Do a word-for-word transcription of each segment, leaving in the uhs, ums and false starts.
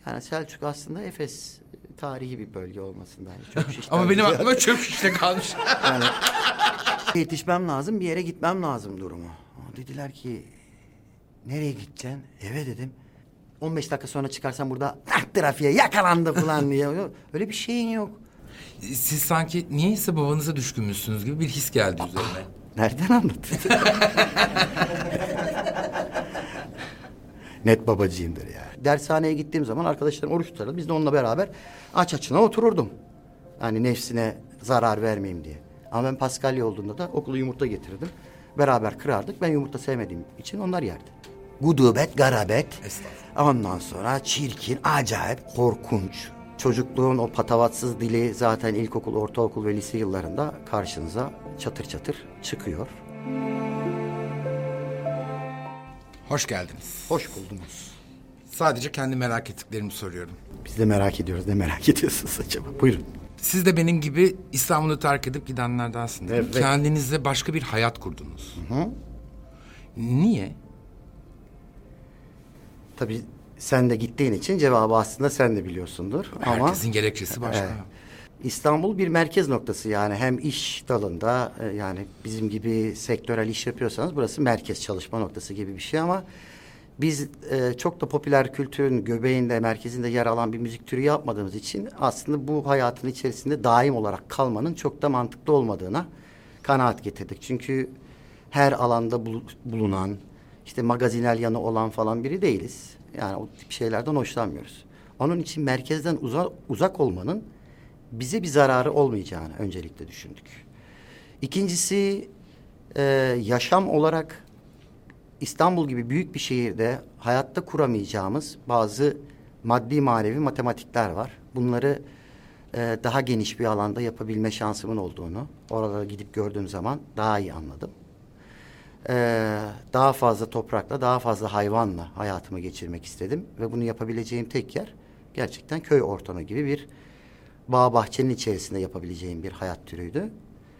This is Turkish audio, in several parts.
Yani Selçuk aslında Efes tarihi bir bölge olmasından. Çöp Ama benim aklıma çöp şişte kalmış. Yani yetişmem lazım, bir yere gitmem lazım durumu. Dediler ki nereye gideceksin? Eve dedim. on beş dakika sonra çıkarsam burada trafiğe yakalandı falan diye. Öyle bir şeyin yok. Siz sanki niyeyse babanıza düşkünmüşsünüz gibi bir his geldi üzerine. Nereden anladın? Net babacığımdır ya. Dershaneye gittiğim zaman arkadaşlarım oruç tutardı. Biz de onunla beraber aç açına otururdum. Hani nefsine zarar vermeyeyim diye. Ama ben Paskalya olduğunda da okula yumurta getirdim. Beraber kırardık. Ben yumurta sevmediğim için onlar yerdi. Gudubet, garabet. Ondan sonra çirkin, acayip, korkunç. Çocukluğun o patavatsız dili zaten ilkokul, ortaokul ve lise yıllarında karşınıza çatır çatır çıkıyor. Hoş geldiniz. Hoş buldunuz. Sadece kendi merak ettiklerimi soruyorum. Biz de merak ediyoruz. Ne merak ediyorsunuz acaba? Buyurun. Siz de benim gibi İstanbul'u terk edip gidenlerdensiniz. Evet. Kendinize başka bir hayat kurdunuz. Hı hı. Niye? Tabii sen de gittiğin için cevabı aslında sen de biliyorsundur. Herkesin Ama gerekçesi başka. Evet. İstanbul bir merkez noktası, yani hem iş dalında, yani bizim gibi sektörel iş yapıyorsanız burası merkez çalışma noktası gibi bir şey, ama biz e, çok da popüler kültürün göbeğinde, merkezinde yer alan bir müzik türü yapmadığımız için aslında bu hayatın içerisinde daim olarak kalmanın çok da mantıklı olmadığına kanaat getirdik. Çünkü her alanda bul- bulunan, işte magazinel yanı olan falan biri değiliz. Yani o tip şeylerden hoşlanmıyoruz. Onun için merkezden uza- uzak olmanın bize bir zararı olmayacağını öncelikle düşündük. İkincisi, e, yaşam olarak İstanbul gibi büyük bir şehirde hayatta kuramayacağımız bazı maddi manevi matematikler var. Bunları e, daha geniş bir alanda yapabilme şansımın olduğunu oralara gidip gördüğüm zaman daha iyi anladım. E, daha fazla toprakla, daha fazla hayvanla hayatımı geçirmek istedim. Ve bunu yapabileceğim tek yer gerçekten köy ortamı gibi bir bağ bahçenin içerisinde yapabileceğim bir hayat türüydü.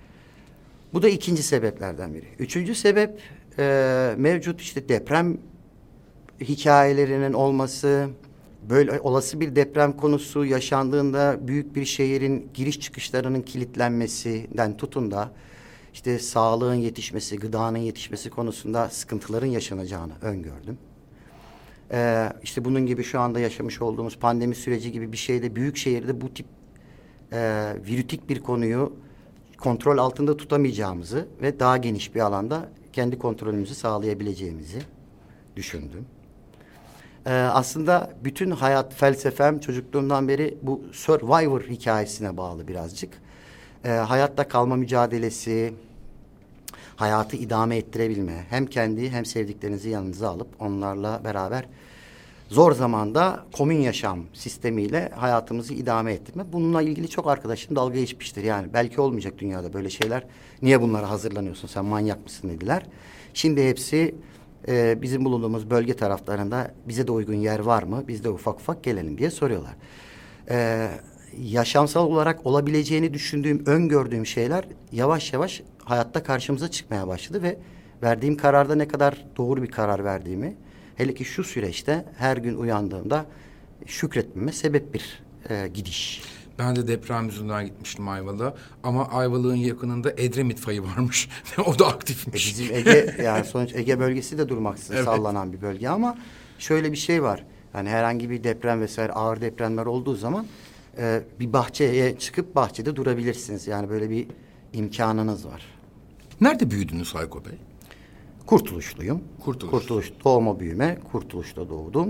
Bu da ikinci sebeplerden biri. Üçüncü sebep e, mevcut işte deprem hikayelerinin olması, böyle olası bir deprem konusu yaşandığında büyük bir şehrin giriş çıkışlarının kilitlenmesinden tutun da işte sağlığın yetişmesi, gıdanın yetişmesi konusunda sıkıntıların yaşanacağını öngördüm. Ee, işte bunun gibi şu anda yaşamış olduğumuz pandemi süreci gibi bir şeyde büyük şehirde bu tip e, virütik bir konuyu kontrol altında tutamayacağımızı ve daha geniş bir alanda kendi kontrolümüzü sağlayabileceğimizi düşündüm. Ee, aslında bütün hayat felsefem çocukluğumdan beri bu Survivor hikayesine bağlı birazcık. Ee, hayatta kalma mücadelesi, hayatı idame ettirebilme, hem kendi hem sevdiklerinizi yanınıza alıp onlarla beraber zor zamanda komün yaşam sistemiyle hayatımızı idame ettirme. Bununla ilgili çok arkadaşım dalga geçmiştir. Yani belki olmayacak dünyada böyle şeyler. Niye bunlara hazırlanıyorsun, sen manyak mısın dediler. Şimdi hepsi e, bizim bulunduğumuz bölge taraflarında bize de uygun yer var mı? Biz de ufak ufak gelelim diye soruyorlar. E, yaşamsal olarak olabileceğini düşündüğüm, öngördüğüm şeyler yavaş yavaş hayatta karşımıza çıkmaya başladı ve verdiğim kararda ne kadar doğru bir karar verdiğimi, hele ki şu süreçte her gün uyandığımda şükretmeme sebep bir e, gidiş. Ben de deprem yüzünden gitmiştim Ayvalık'a. Ama Ayvalık'ın yakınında Edremit fayı varmış. O da E aktifmiş. bizim Ege, yani sonuç Ege bölgesi de durmaksızın Evet. sallanan bir bölge, ama şöyle bir şey var. Yani herhangi bir deprem vesaire ağır depremler olduğu zaman e, bir bahçeye çıkıp bahçede durabilirsiniz. Yani böyle bir imkanınız var. Nerede büyüdünüz Hayko Bey? Kurtuluşluyum. Kurtuluş. Kurtuluş doğma büyüme, Kurtuluş'ta doğdum.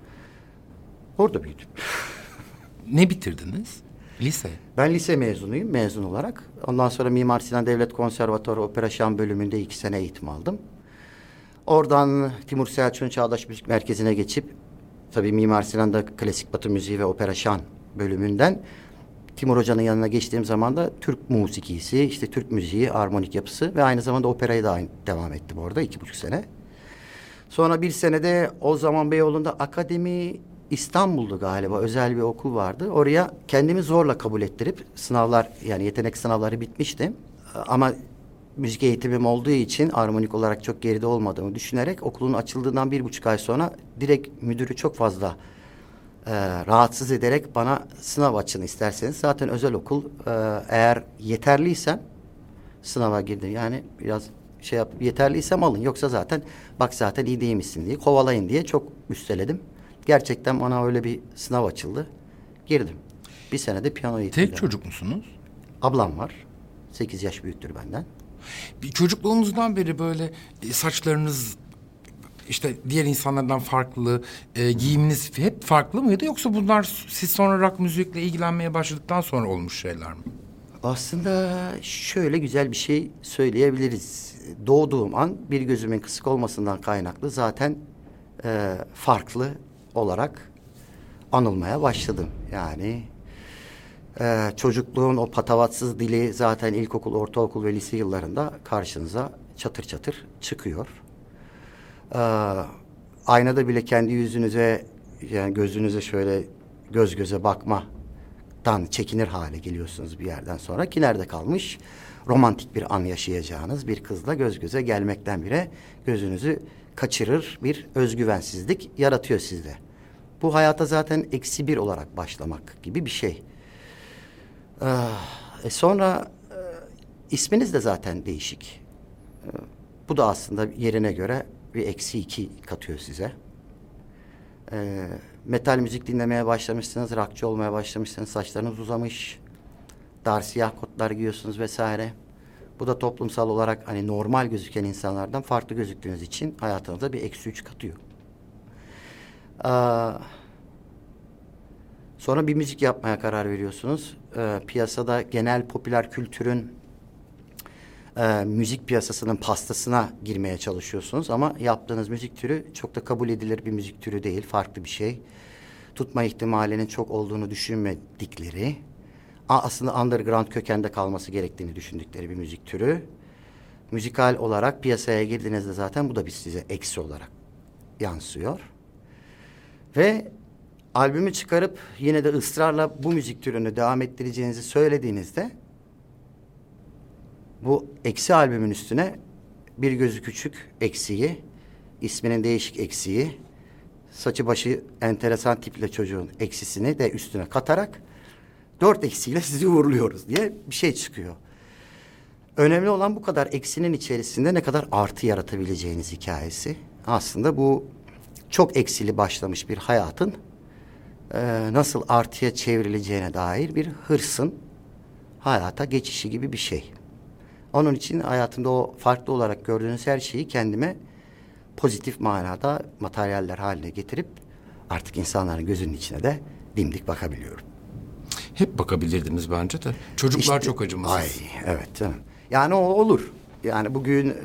Orada büyüdüm. Ne bitirdiniz? Lise. Ben lise mezunuyum, mezun olarak. Ondan sonra Mimar Sinan Devlet Konservatuarı Opera Şan bölümünde iki sene eğitim aldım. Oradan Timur Selçuk'un Çağdaş Müzik Merkezi'ne geçip, tabii Mimar Sinan'da klasik Batı müziği ve Opera Şan bölümünden Timur Hoca'nın yanına geçtiğim zaman da Türk musikisi, işte Türk müziği, armonik yapısı ve aynı zamanda operayı da aynı, devam ettim orada iki buçuk sene. Sonra bir senede o zaman Beyoğlu'nda Akademi İstanbul'du galiba, özel bir okul vardı. Oraya kendimi zorla kabul ettirip sınavlar, yani yetenek sınavları bitmişti. Ama müzik eğitimim olduğu için armonik olarak çok geride olmadığımı düşünerek okulun açıldığından bir buçuk ay sonra direkt müdürü çok fazla rahatsız ederek bana sınav açın isterseniz. Zaten özel okul e, eğer yeterliysem sınava girdim. Yani biraz şey yap, yeterliysem alın. Yoksa zaten bak zaten iyi değilmişsin diye kovalayın diye çok üsteledim. Gerçekten bana öyle bir sınav açıldı. Girdim. Bir senede piyano eğitimi. Tek çocuk musunuz? Ablam var. Sekiz yaş büyüktür benden. Bir çocukluğunuzdan beri böyle e, saçlarınız işte diğer insanlardan farklı, e, giyiminiz hep farklı mıydı? Yoksa bunlar siz sonra rock müzikle ilgilenmeye başladıktan sonra olmuş şeyler mi? Aslında şöyle güzel bir şey söyleyebiliriz. Doğduğum an bir gözümün kısık olmasından kaynaklı zaten e, farklı olarak anılmaya başladım. Yani e, çocukluğun o patavatsız dili zaten ilkokul, ortaokul ve lise yıllarında karşınıza çatır çatır çıkıyor. E, aynada bile kendi yüzünüze yani gözünüze şöyle göz göze bakmadan çekinir hale geliyorsunuz bir yerden sonra ki nerede kalmış? Romantik bir an yaşayacağınız bir kızla göz göze gelmekten bile gözünüzü kaçırır bir özgüvensizlik yaratıyor sizde. Bu hayata zaten eksi bir olarak başlamak gibi bir şey. Ee, e sonra e, isminiz de zaten değişik. E, bu da aslında yerine göre bir eksi iki katıyor size. E, metal müzik dinlemeye başlamışsınız, rockçı olmaya başlamışsınız, saçlarınız uzamış, dar siyah kotlar giyiyorsunuz vesaire. Bu da toplumsal olarak hani normal gözüken insanlardan farklı gözüktüğünüz için hayatınıza bir eksi üç katıyor. Ee, sonra bir müzik yapmaya karar veriyorsunuz. Ee, piyasada genel popüler kültürün e, müzik piyasasının pastasına girmeye çalışıyorsunuz. Ama yaptığınız müzik türü çok da kabul edilir bir müzik türü değil. Farklı bir şey. Tutma ihtimalinin çok olduğunu düşünmedikleri, aslında underground kökende kalması gerektiğini düşündükleri bir müzik türü. Müzikal olarak piyasaya girdiğinizde zaten bu da bir size eksi olarak yansıyor. Ve albümü çıkarıp yine de ısrarla bu müzik türünü devam ettireceğinizi söylediğinizde bu eksi albümün üstüne bir gözü küçük eksiği, isminin değişik eksiği, saçı başı enteresan tiple çocuğun eksisini de üstüne katarak dört eksiyle sizi uğurluyoruz diye bir şey çıkıyor. Önemli olan bu kadar eksinin içerisinde ne kadar artı yaratabileceğiniz hikayesi. Aslında bu çok eksili başlamış bir hayatın e, nasıl artıya çevrileceğine dair bir hırsın hayata geçişi gibi bir şey. Onun için hayatımda o farklı olarak gördüğünüz her şeyi kendime pozitif manada materyaller haline getirip artık insanların gözünün içine de dimdik bakabiliyorum. Hep bakabilirdiniz bence de. Çocuklar İşte, çok acımasız. Ay evet canım. Yani o olur. Yani bugün e,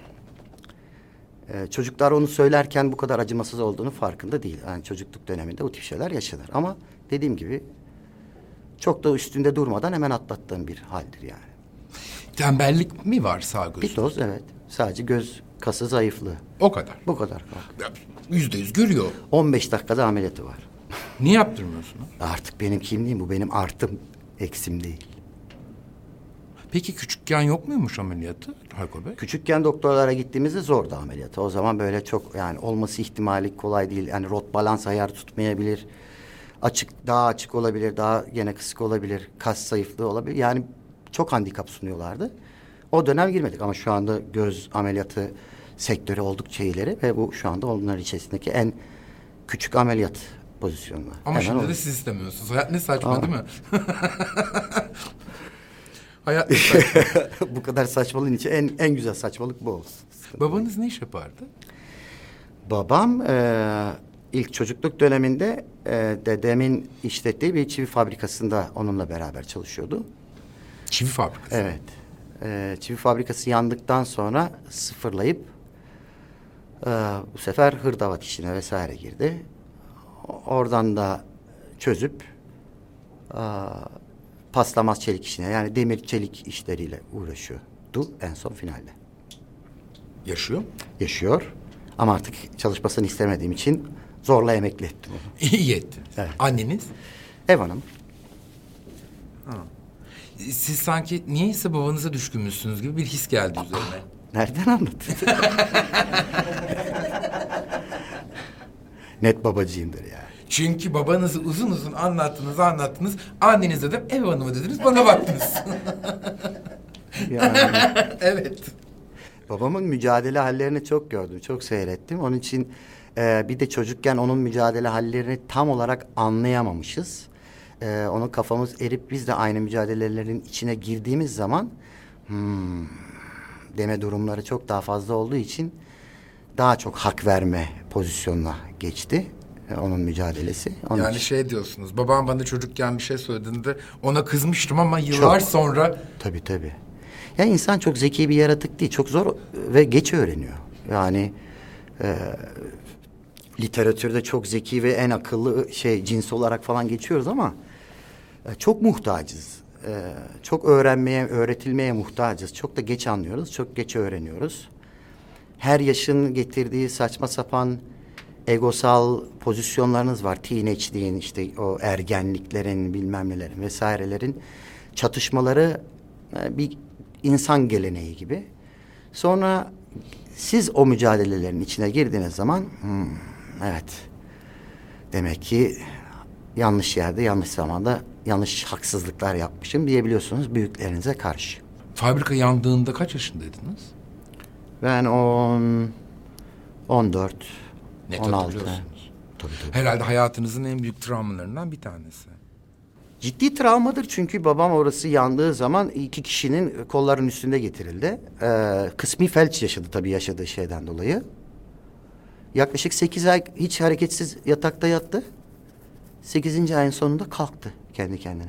e, çocuklar onu söylerken bu kadar acımasız olduğunu farkında değil. Yani çocukluk döneminde bu tip şeyler yaşanır. Ama dediğim gibi çok da üstünde durmadan hemen atlattığım bir haldir yani. Tembellik mi var sağ gözünde? Pitoz evet. Sadece göz kası zayıflığı. O kadar. Bu kadar. Yüzde yüz görüyor. on beş dakikada ameliyatı var. Niye yaptırmıyorsunuz? Artık benim kimliğim bu. Benim artım, eksim değil. Peki küçükken yok muymuş ameliyatı Hayko Bey? Küçükken doktorlara gittiğimizde zordu ameliyatı. O zaman böyle çok yani olması ihtimali kolay değil. Yani rot balans ayar tutmayabilir. Açık, daha açık olabilir, daha gene kısık olabilir. Kas zayıflığı olabilir. Yani çok handikap sunuyorlardı. O dönem girmedik ama şu anda göz ameliyatı sektörü oldukça ileri ve bu şu anda onların içerisindeki en küçük ameliyat pozisyonu. Ama Hemen şimdi olur. de siz istemiyorsunuz. Hayat ne saçma Ama... değil mi? Hayat ne saçma. Bu kadar saçmalığın içi en en güzel saçmalık bu olsun. Babanız ne iş yapardı? Babam e, ilk çocukluk döneminde e, dedemin işlettiği bir çivi fabrikasında onunla beraber çalışıyordu. Çivi fabrikası. Evet. E, çivi fabrikası yandıktan sonra sıfırlayıp e, bu sefer hırdavat işine vesaire girdi. Oradan da çözüp e, paslamaz çelik işine yani demir çelik işleriyle uğraşıyordu en son finalde. Yaşıyor. Yaşıyor ama artık çalışmasını istemediğim için zorla emekli ettim onu. İyi ettiniz. Evet. Anneniz? Ev hanım. Siz sanki niyeyse babanıza düşkünmüşsünüz gibi bir his geldi üzerine. Nereden anladın? Net babacığımdır ya. Çünkü babanızı uzun uzun anlattınız, anlattınız. Annenize de ev hanımı dediniz, bana baktınız. Yani Evet. babamın mücadele hallerini çok gördüm, çok seyrettim. Onun için e, bir de çocukken onun mücadele hallerini tam olarak anlayamamışız. E, onun kafamız erip biz de aynı mücadelelerin içine girdiğimiz zaman hmm, deme durumları çok daha fazla olduğu için daha çok hak verme pozisyonuna geçti e, onun mücadelesi. Onun Yani için- şey diyorsunuz, babam bana çocukken bir şey söylediğinde ona kızmıştım ama yıllar Çok. sonra... Tabii tabii. Ya insan çok zeki bir yaratık değil. Çok zor ve geç öğreniyor. Yani e, literatürde çok zeki ve en akıllı şey cins olarak falan geçiyoruz ama e, çok muhtacız. E, çok öğrenmeye, öğretilmeye muhtacız. Çok da geç anlıyoruz. Çok geç öğreniyoruz. Her yaşın getirdiği saçma sapan egosal pozisyonlarınız var. Teenage'liğin işte o ergenliklerin bilmem nelerin vesairelerin çatışmaları e, bir insan geleneği gibi. Sonra siz o mücadelelerin içine girdiğiniz zaman hmm, evet demek ki yanlış yerde yanlış zamanda yanlış haksızlıklar yapmışım diyebiliyorsunuz büyüklerinize karşı. Fabrika yandığında kaç yaşındaydınız? Ben on, on dört, Net on altı. hatırlıyorsunuz. Tabii tabii. Herhalde hayatınızın en büyük travmalarından bir tanesi. Ciddi travmadır çünkü babam orası yandığı zaman iki kişinin kolların üstünde getirildi. Ee, kısmi felç yaşadı tabii yaşadığı şeyden dolayı. Yaklaşık sekiz ay hiç hareketsiz yatakta yattı. Sekizinci ayın sonunda kalktı kendi kendine.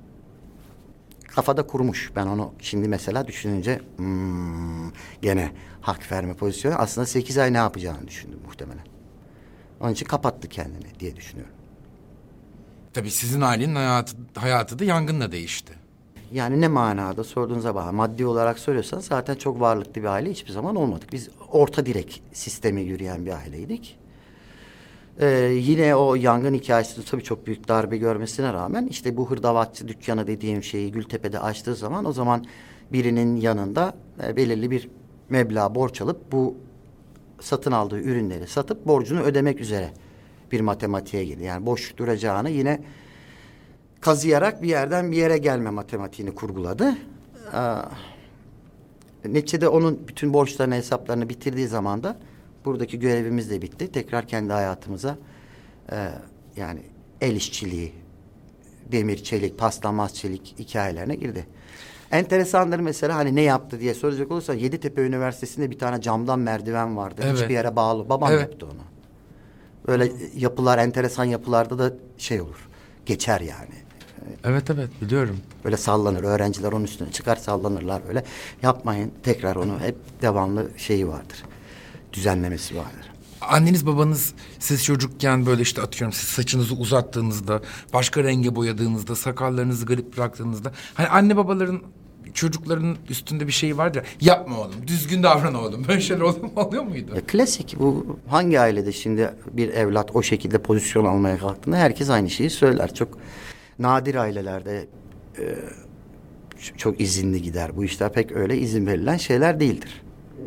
Kafada kurmuş. Ben onu şimdi mesela düşününce hmm, gene hak verme pozisyonu. Aslında sekiz ay ne yapacağını düşündüm muhtemelen. Onun için kapattı kendini diye düşünüyorum. Tabii sizin ailenin hayatı, hayatı da yangınla değişti. Yani ne manada sorduğunuza bağlı. Maddi olarak soruyorsanız zaten çok varlıklı bir aile hiçbir zaman olmadık. Biz orta direk sistemi yürüyen bir aileydik. Ee, yine o yangın hikayesi de tabii çok büyük darbe görmesine rağmen işte bu hırdavatçı dükkanı dediğim şeyi Gültepe'de açtığı zaman o zaman birinin yanında e, belirli bir meblağ borç alıp bu satın aldığı ürünleri satıp borcunu ödemek üzere bir matematiğe girdi. Yani boş duracağını yine kazıyarak bir yerden bir yere gelme matematiğini kurguladı. Ee, neticede onun bütün borçlarını hesaplarını bitirdiği zaman da buradaki görevimiz de bitti. Tekrar kendi hayatımıza e, yani el işçiliği, demir, çelik, paslanmaz çelik hikayelerine girdi. Enteresandır mesela hani ne yaptı diye soracak olursa Yeditepe Üniversitesi'nde bir tane camdan merdiven vardı. Evet. Hiçbir yere bağlı. Babam Evet. yaptı onu. Böyle yapılar, enteresan yapılarda da şey olur. Geçer yani. Evet evet biliyorum. Böyle sallanır. Öğrenciler onun üstüne çıkar sallanırlar böyle. Yapmayın. Tekrar onu hep devamlı şeyi vardır. Düzenlemesi vardır. Anneniz babanız siz çocukken böyle işte atıyorum siz saçınızı uzattığınızda, başka renge boyadığınızda, sakallarınızı garip bıraktığınızda hani anne babaların çocukların üstünde bir şey vardır ya, yapma oğlum, düzgün davran oğlum. Böyle şeyler oluyor, oluyor muydu? Ya klasik bu hangi ailede şimdi bir evlat o şekilde pozisyon almaya kalktığında herkes aynı şeyi söyler. Çok nadir ailelerde e, ç- çok izinli gider. Bu işler pek öyle izin verilen şeyler değildir.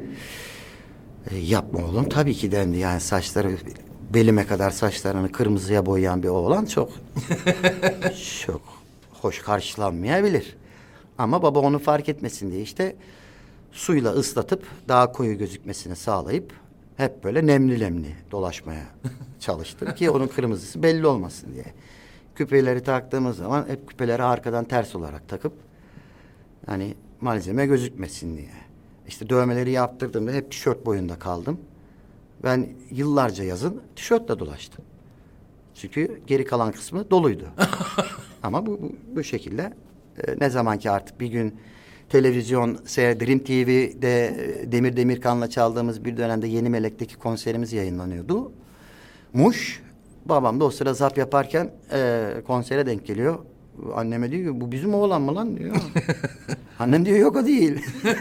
E, yapma oğlum tabii ki dendi yani saçları belime kadar saçlarını kırmızıya boyayan bir oğlan çok çok hoş karşılanmayabilir. Ama baba onu fark etmesin diye işte suyla ıslatıp daha koyu gözükmesini sağlayıp hep böyle nemli nemli dolaşmaya çalıştım ki onun kırmızısı belli olmasın diye. Küpeleri taktığımız zaman hep küpeleri arkadan ters olarak takıp hani malzeme gözükmesin diye. İşte dövmeleri yaptırdığımda hep tişört boyunda kaldım. Ben yıllarca yazın tişörtle dolaştım. Çünkü geri kalan kısmı doluydu. Ama bu, bu, bu şekilde e, ne zaman ki artık bir gün televizyon seyir, Dream T V'de e, Demir Demirkan'la çaldığımız bir dönemde Yeni Melek'teki konserimiz yayınlanıyordu. Muş, babam da o sıra zap yaparken e, konsere denk geliyor. Anneme diyor ki bu bizim oğlan mı lan diyor. Annem diyor yok o değil.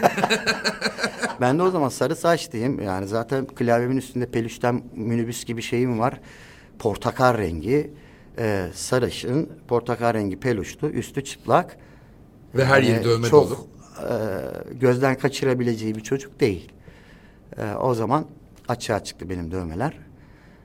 Ben de o zaman sarı saçlıyım. Yani zaten klavyemin üstünde peluşten minibüs gibi şeyim var. Portakal rengi, e, sarışın, portakal rengi peluştu, üstü çıplak. Ve her yeri Yani dövme çok, dolu. e, gözden kaçırabileceği bir çocuk değil. E, o zaman açığa çıktı benim dövmeler.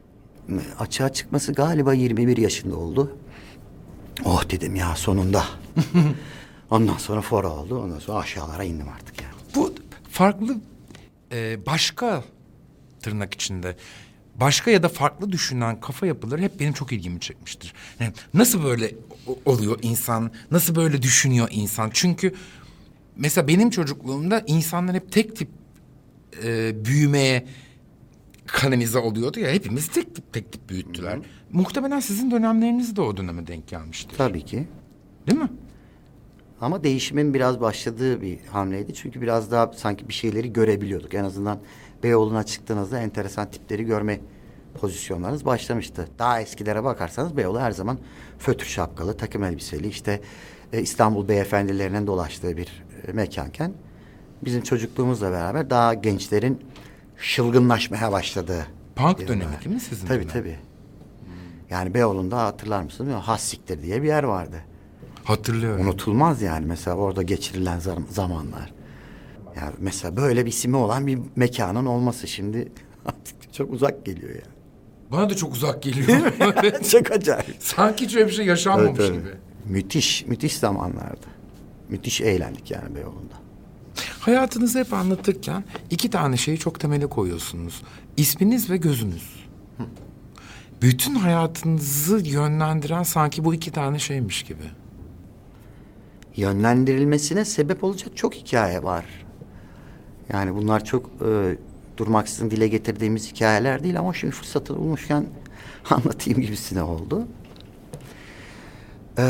açığa çıkması galiba yirmi bir yaşında oldu. Oh dedim ya sonunda. Ondan sonra fora oldu. Ondan sonra aşağılara indim artık yani. Bu farklı e, başka tırnak içinde başka ya da farklı düşünen kafa yapıları hep benim çok ilgimi çekmiştir. Yani nasıl böyle o- oluyor insan? Nasıl böyle düşünüyor insan? Çünkü mesela benim çocukluğumda insanlar hep tek tip e, büyümeye kanalize oluyordu ya. Hepimiz tek tip tek tip büyüttüler. Hı. Muhtemelen sizin dönemleriniz de o döneme denk gelmiştir. Tabii ki. Değil mi? Ama değişimin biraz başladığı bir hamleydi. Çünkü biraz daha sanki bir şeyleri görebiliyorduk. En azından Beyoğlu'na çıktığınızda enteresan tipleri görme pozisyonlarınız başlamıştı. Daha eskilere bakarsanız Beyoğlu her zaman fötr şapkalı, takım elbiseli, işte e, İstanbul beyefendilerinin dolaştığı bir e, mekanken bizim çocukluğumuzla beraber daha gençlerin şılgınlaşmaya başladığı. Punk dönemi değil mi sizin Tabii dönem? tabii. Yani Beyoğlu'nda hatırlar mısınız? Hassiktir diye bir yer vardı. Hatırlıyorum. Unutulmaz yani mesela orada geçirilen zam- zamanlar. Yani mesela böyle bir ismi olan bir mekanın olması şimdi artık çok uzak geliyor yani. Bana da çok uzak geliyor. Çok acayip. Sanki hiç öyle bir şey yaşanmamış Evet, evet. gibi. Müthiş, müthiş zamanlardı. Müthiş eğlendik yani Beyoğlu'nda. Hayatınızı hep anlatırken iki tane şeyi çok temele koyuyorsunuz. İsminiz ve gözünüz. Hı. Bütün hayatınızı yönlendiren sanki bu iki tane şeymiş gibi. Yönlendirilmesine sebep olacak çok hikaye var. Yani bunlar çok e, durmaksızın dile getirdiğimiz hikayeler değil ama şimdi fırsatı bulmuşken anlatayım gibisine oldu. Ee,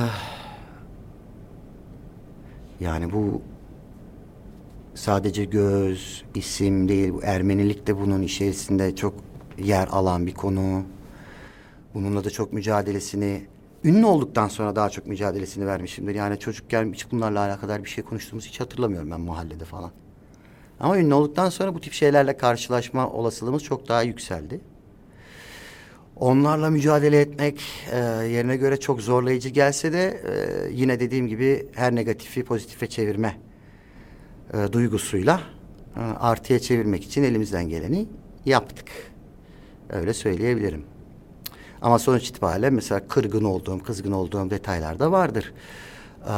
yani bu sadece göz, isim değil. Bu Ermenilik de bunun içerisinde çok yer alan bir konu. Bununla da çok mücadelesini, ünlü olduktan sonra daha çok mücadelesini vermişimdir. Yani çocukken hiç bunlarla alakadar bir şey konuştuğumuzu hiç hatırlamıyorum ben mahallede falan. Ama ünlü olduktan sonra bu tip şeylerle karşılaşma olasılığımız çok daha yükseldi. Onlarla mücadele etmek e, yerine göre çok zorlayıcı gelse de e, yine dediğim gibi her negatifi pozitife çevirme e, duygusuyla e, artıya çevirmek için elimizden geleni yaptık. Öyle söyleyebilirim. Ama sonuç itibariyle mesela kırgın olduğum, kızgın olduğum detaylar da vardır. Ee,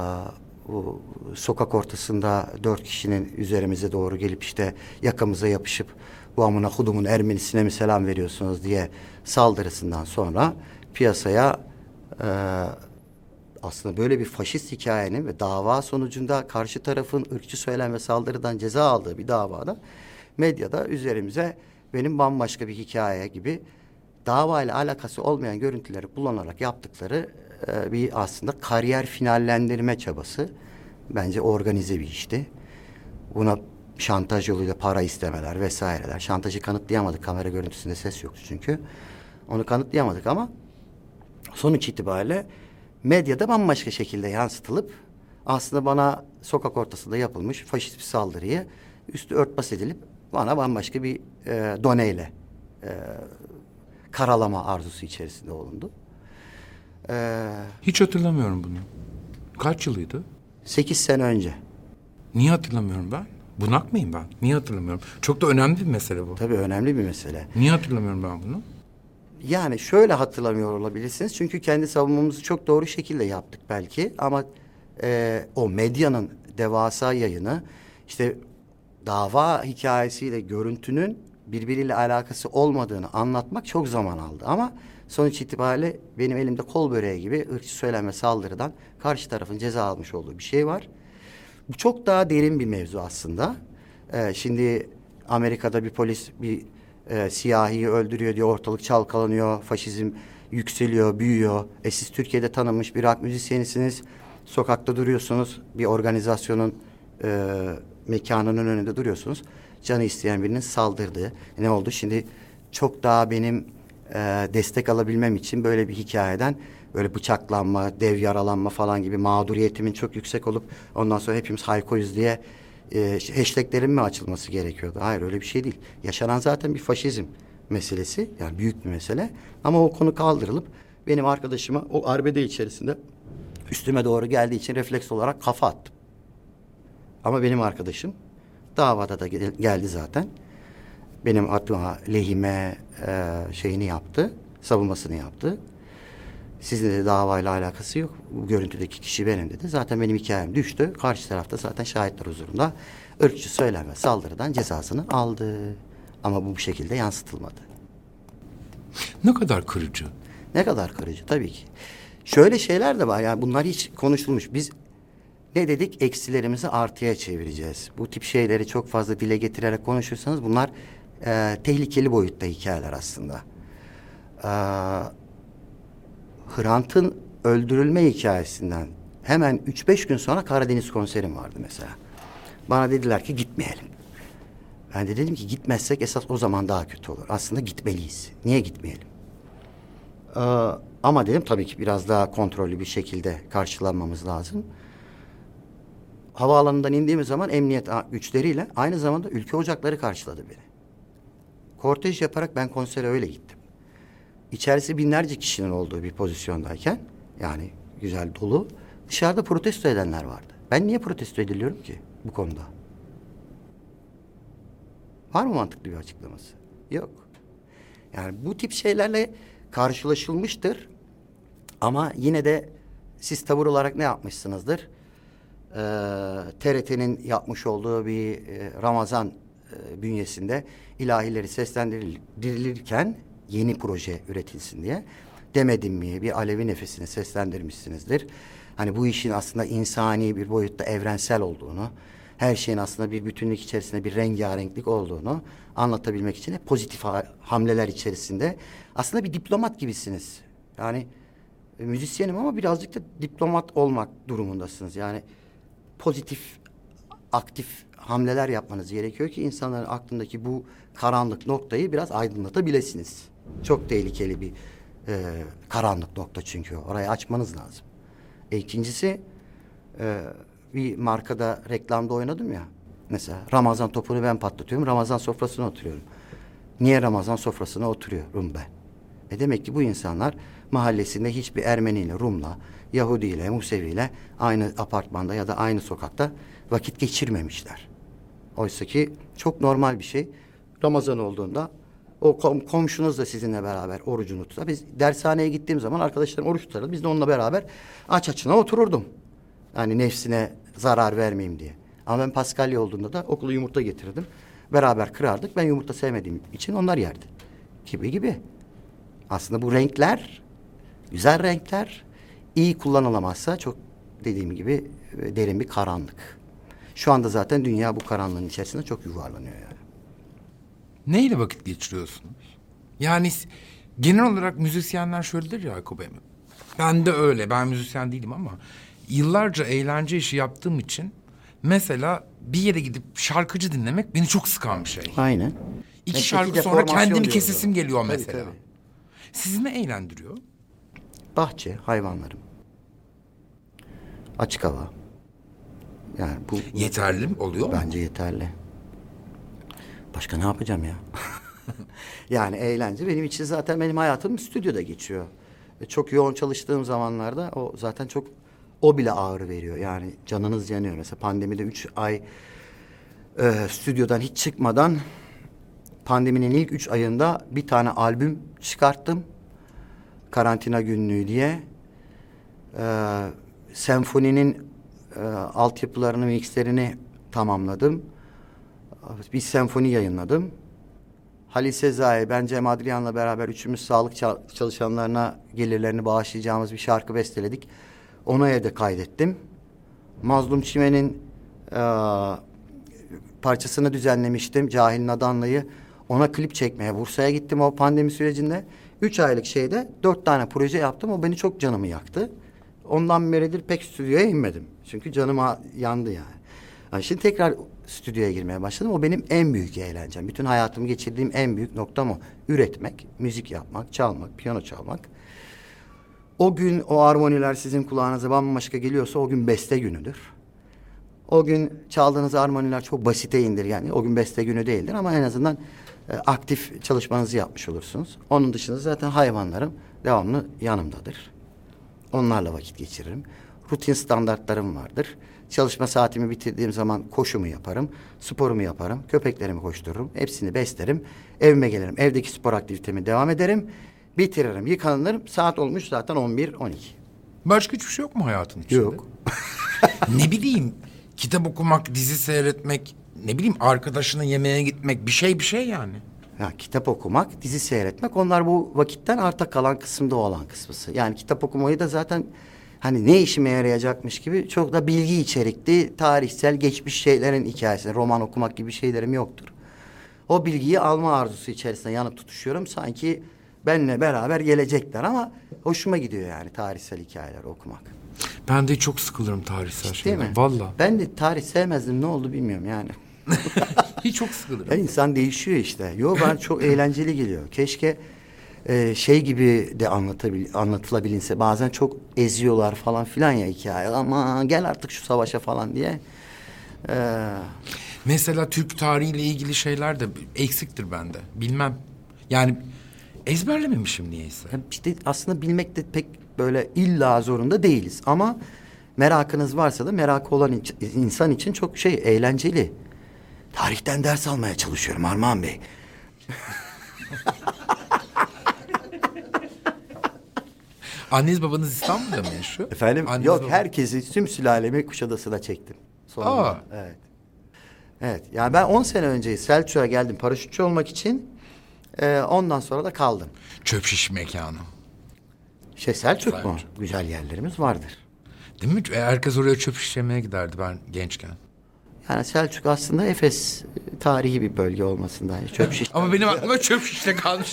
bu sokak ortasında dört kişinin üzerimize doğru gelip işte yakamıza yapışıp bu amına kudumun Ermenisine mi selam veriyorsunuz diye saldırısından sonra piyasaya e, aslında böyle bir faşist hikayenin ve dava sonucunda karşı tarafın ırkçı söylem ve saldırıdan ceza aldığı bir davada medyada üzerimize benim bambaşka bir hikaye gibi davayla alakası olmayan görüntüleri kullanarak yaptıkları e, bir aslında kariyer finallendirme çabası. Bence organize bir işti. Buna şantaj yoluyla para istemeler vesaireler. Şantajı kanıtlayamadık. Kamera görüntüsünde ses yoktu çünkü. Onu kanıtlayamadık ama sonuç itibariyle medyada bambaşka şekilde yansıtılıp aslında bana sokak ortasında yapılmış faşist bir saldırıyı üstü örtbas edilip bana bambaşka bir e, doneyle e, karalama arzusu içerisinde olundu. Ee, Hiç hatırlamıyorum bunu. Kaç yılıydı? Sekiz sene önce. Niye hatırlamıyorum ben? Bunak mıyım ben? Niye hatırlamıyorum? Çok da önemli bir mesele bu. Tabii önemli bir mesele. Niye hatırlamıyorum ben bunu? Yani şöyle hatırlamıyor olabilirsiniz. Çünkü kendi savunmamızı çok doğru şekilde yaptık belki. Ama e, o medyanın devasa yayını işte dava hikayesiyle görüntünün birbiriyle alakası olmadığını anlatmak çok zaman aldı. Ama sonuç itibariyle benim elimde kol böreği gibi ırkçı söylem ve saldırıdan karşı tarafın ceza almış olduğu bir şey var. Bu çok daha derin bir mevzu aslında. Ee, şimdi Amerika'da bir polis bir e, siyahiyi öldürüyor diye ortalık çalkalanıyor. Faşizm yükseliyor, büyüyor. E siz Türkiye'de tanınmış bir rock müzisyenisiniz. Sokakta duruyorsunuz. Bir organizasyonun e, mekanının önünde duruyorsunuz. Canı isteyen birinin saldırdığı. Ne oldu? Şimdi çok daha benim e, destek alabilmem için böyle bir hikayeden böyle bıçaklanma, dev yaralanma falan gibi mağduriyetimin çok yüksek olup ondan sonra hepimiz haykoyuz diye e, hashtaglerin mi açılması gerekiyordu? Hayır öyle bir şey değil. Yaşanan zaten bir faşizm meselesi. Yani büyük bir mesele. Ama o konu kaldırılıp benim arkadaşıma o arbede içerisinde üstüme doğru geldiği için refleks olarak kafa attım. Ama benim arkadaşım davada da gel- geldi zaten. benim adıma, lehime e, şeyini yaptı, savunmasını yaptı. Sizinle de davayla alakası yok. Bu görüntüdeki kişi benim dedi. Zaten benim hikayem düştü. Karşı tarafta zaten şahitler huzurunda ırkçı söylem ve saldırıdan cezasını aldı. Ama bu bu şekilde yansıtılmadı. Ne kadar kırıcı. Ne kadar kırıcı tabii ki. Şöyle şeyler de var. Yani bunlar hiç konuşulmuş. Biz ne dedik? Eksilerimizi artıya çevireceğiz. Bu tip şeyleri çok fazla dile getirerek konuşursanız bunlar e, tehlikeli boyutta hikayeler aslında. Eee Hrant'ın öldürülme hikayesinden hemen üç beş gün sonra Karadeniz konserim vardı mesela. Bana dediler ki gitmeyelim. Ben de dedim ki gitmezsek esas o zaman daha kötü olur. Aslında gitmeliyiz. Niye gitmeyelim? Ee, ama dedim tabii ki biraz daha kontrollü bir şekilde karşılanmamız lazım. Havaalanından indiğimiz zaman emniyet güçleriyle aynı zamanda ülke ocakları karşıladı beni. Kortej yaparak ben konsere öyle gittim. İçerisi binlerce kişinin olduğu bir pozisyondayken, yani güzel dolu, dışarıda protesto edenler vardı. Ben niye protesto ediliyorum ki bu konuda? Var mı mantıklı bir açıklaması? Yok. Yani bu tip şeylerle karşılaşılmıştır. Ama yine de siz tavır olarak ne yapmışsınızdır? Ee, T R T'nin yapmış olduğu bir e, Ramazan e, bünyesinde ilahileri seslendirilirken yeni proje üretilsin diye demedim mi? Bir Alevi nefesini seslendirmişsinizdir. Hani bu işin aslında insani bir boyutta evrensel olduğunu, her şeyin aslında bir bütünlük içerisinde bir rengarenklik olduğunu anlatabilmek için hep pozitif ha- hamleler içerisinde aslında bir diplomat gibisiniz. Yani e, müzisyenim ama birazcık da diplomat olmak durumundasınız. Yani pozitif, aktif hamleler yapmanız gerekiyor ki insanların aklındaki bu karanlık noktayı biraz aydınlatabilirsiniz. Çok tehlikeli bir e, karanlık nokta çünkü orayı açmanız lazım. E, ikincisi e, bir markada reklamda oynadım ya. Mesela Ramazan topunu ben patlatıyorum. Ramazan sofrasına oturuyorum. Niye Ramazan sofrasına oturuyorum ben? E demek ki bu insanlar mahallesinde hiçbir Ermeniyle, Rum'la, Yahudiyle, Museviyle aynı apartmanda ya da aynı sokakta vakit geçirmemişler. Oysa ki çok normal bir şey. Ramazan olduğunda o kom komşunuz da sizinle beraber orucunu tutsa. Biz dershaneye gittiğim zaman arkadaşlarım oruç tutardı. Biz de onunla beraber aç açına otururdum. Yani nefsine zarar vermeyeyim diye. Ama ben Paskalya olduğunda da okula yumurta getirdim. Beraber kırardık. Ben yumurta sevmediğim için onlar yerdi. Gibi gibi. Aslında bu renkler, güzel renkler iyi kullanılamazsa çok dediğim gibi derin bir karanlık. Şu anda zaten dünya bu karanlığın içerisinde çok yuvarlanıyor yani. Neyle vakit geçiriyorsunuz? Yani s- genel olarak müzisyenler şöyledir ya Yakup Emre. Ben de öyle. Ben müzisyen değilim ama yıllarca eğlence işi yaptığım için mesela bir yere gidip şarkıcı dinlemek beni çok sıkan bir şey. Aynen. İki Mesleki şarkı sonra deformasyon kendimi diyoruz kesesim ona. geliyor Tabii, mesela. tabii. Sizi ne eğlendiriyor? Bahçe, hayvanlarım. Açık hava. Yani bu Yeterli mi oluyor mu? bence yeterli. Başka ne yapacağım ya? Yani eğlence benim için zaten benim hayatım stüdyoda geçiyor. E, Çok yoğun çalıştığım zamanlarda o zaten çok o bile ağrı veriyor. Yani canınız yanıyor. Mesela pandemide üç ay e, stüdyodan hiç çıkmadan pandeminin ilk üç ayında bir tane albüm çıkarttım. Karantina günlüğü diye. Ee, senfoninin e, altyapılarını, mixlerini tamamladım. Bir senfoni yayınladım. Halil Sezai, ben Cem Adrian'la beraber üçümüz sağlık ça- çalışanlarına gelirlerini bağışlayacağımız bir şarkı besteledik. Onu evde kaydettim. Mazlum Çimen'in e, parçasını düzenlemiştim. Cahil Nadanlı'yı. Ona klip çekmeye Bursa'ya gittim o pandemi sürecinde. Üç aylık şeyde dört tane proje yaptım. O beni çok canımı yaktı. Ondan beridir pek stüdyoya inmedim. Çünkü canıma yandı yani. Yani şimdi tekrar stüdyoya girmeye başladım. O benim en büyük eğlencem. Bütün hayatımı geçirdiğim en büyük noktam o. Üretmek, müzik yapmak, çalmak, piyano çalmak. O gün o armoniler sizin kulağınıza bambaşka geliyorsa o gün beste günüdür. O gün çaldığınız armoniler çok basite indir yani. O gün beste günü değildir ama en azından e, aktif çalışmanızı yapmış olursunuz. Onun dışında zaten hayvanlarım devamlı yanımdadır. Onlarla vakit geçiririm. Rutin standartlarım vardır. Çalışma saatimi bitirdiğim zaman koşumu yaparım, sporumu yaparım, köpeklerimi koştururum, hepsini beslerim, evime gelirim, evdeki spor aktivitemi devam ederim, bitiririm, yıkanırım, saat olmuş zaten on bir on iki. Başka hiçbir şey yok mu hayatın içinde? Yok. Ne bileyim, kitap okumak, dizi seyretmek, ne bileyim arkadaşına yemeğe gitmek, bir şey bir şey yani. Ya, kitap okumak, dizi seyretmek, onlar bu vakitten arta kalan kısımda olan kısmısı. Yani kitap okumayı da zaten hani ne işime yarayacakmış gibi çok da bilgi içerikli, tarihsel, geçmiş şeylerin hikayesini, roman okumak gibi şeylerim yoktur. O bilgiyi alma arzusu içerisinde yanıp tutuşuyorum. Sanki benimle beraber gelecekler ama hoşuma gidiyor yani tarihsel hikayeler okumak. Ben de çok sıkılırım tarihsel Değil şeyden. mi? Valla. Ben de tarih sevmezdim, ne oldu bilmiyorum yani. Hiç çok sıkılırım. Ya insan değişiyor işte. Yo, ben çok eğlenceli geliyor. Keşke e, şey gibi de anlatabil, anlatılabilinse. Bazen çok eziyorlar falan filan ya hikaye. Ama gel artık şu savaşa falan diye. Ee, Mesela Türk tarihiyle ilgili şeyler de eksiktir bende. Bilmem. Yani ezberlememişim niyeyse. işte aslında bilmek de pek böyle illa zorunda değiliz. Ama merakınız varsa da merakı olan in- insan için çok şey eğlenceli. Tarihten ders almaya çalışıyorum Armağan Bey. Anneniz babanız İstanbul'da mı yaşıyor? Efendim? Anneniz Yok, baba- herkesi, tüm sülalemi Kuşadası'na çektim. Sonunda. Aa. Evet. Evet. Yani ben on sene önce Selçuk'a geldim paraşütçü olmak için. Ee, ondan sonra da kaldım. Çöp şiş mekanı. Şey, Selçuk mu? Selçuk. Güzel yerlerimiz vardır. Değil mi? E, Herkes oraya çöp şişlemeye giderdi ben gençken. Yani Selçuk aslında Efes e, tarihi bir bölge olmasından. Çöp şiş. Ama benim aklıma çöp şişle kalmış.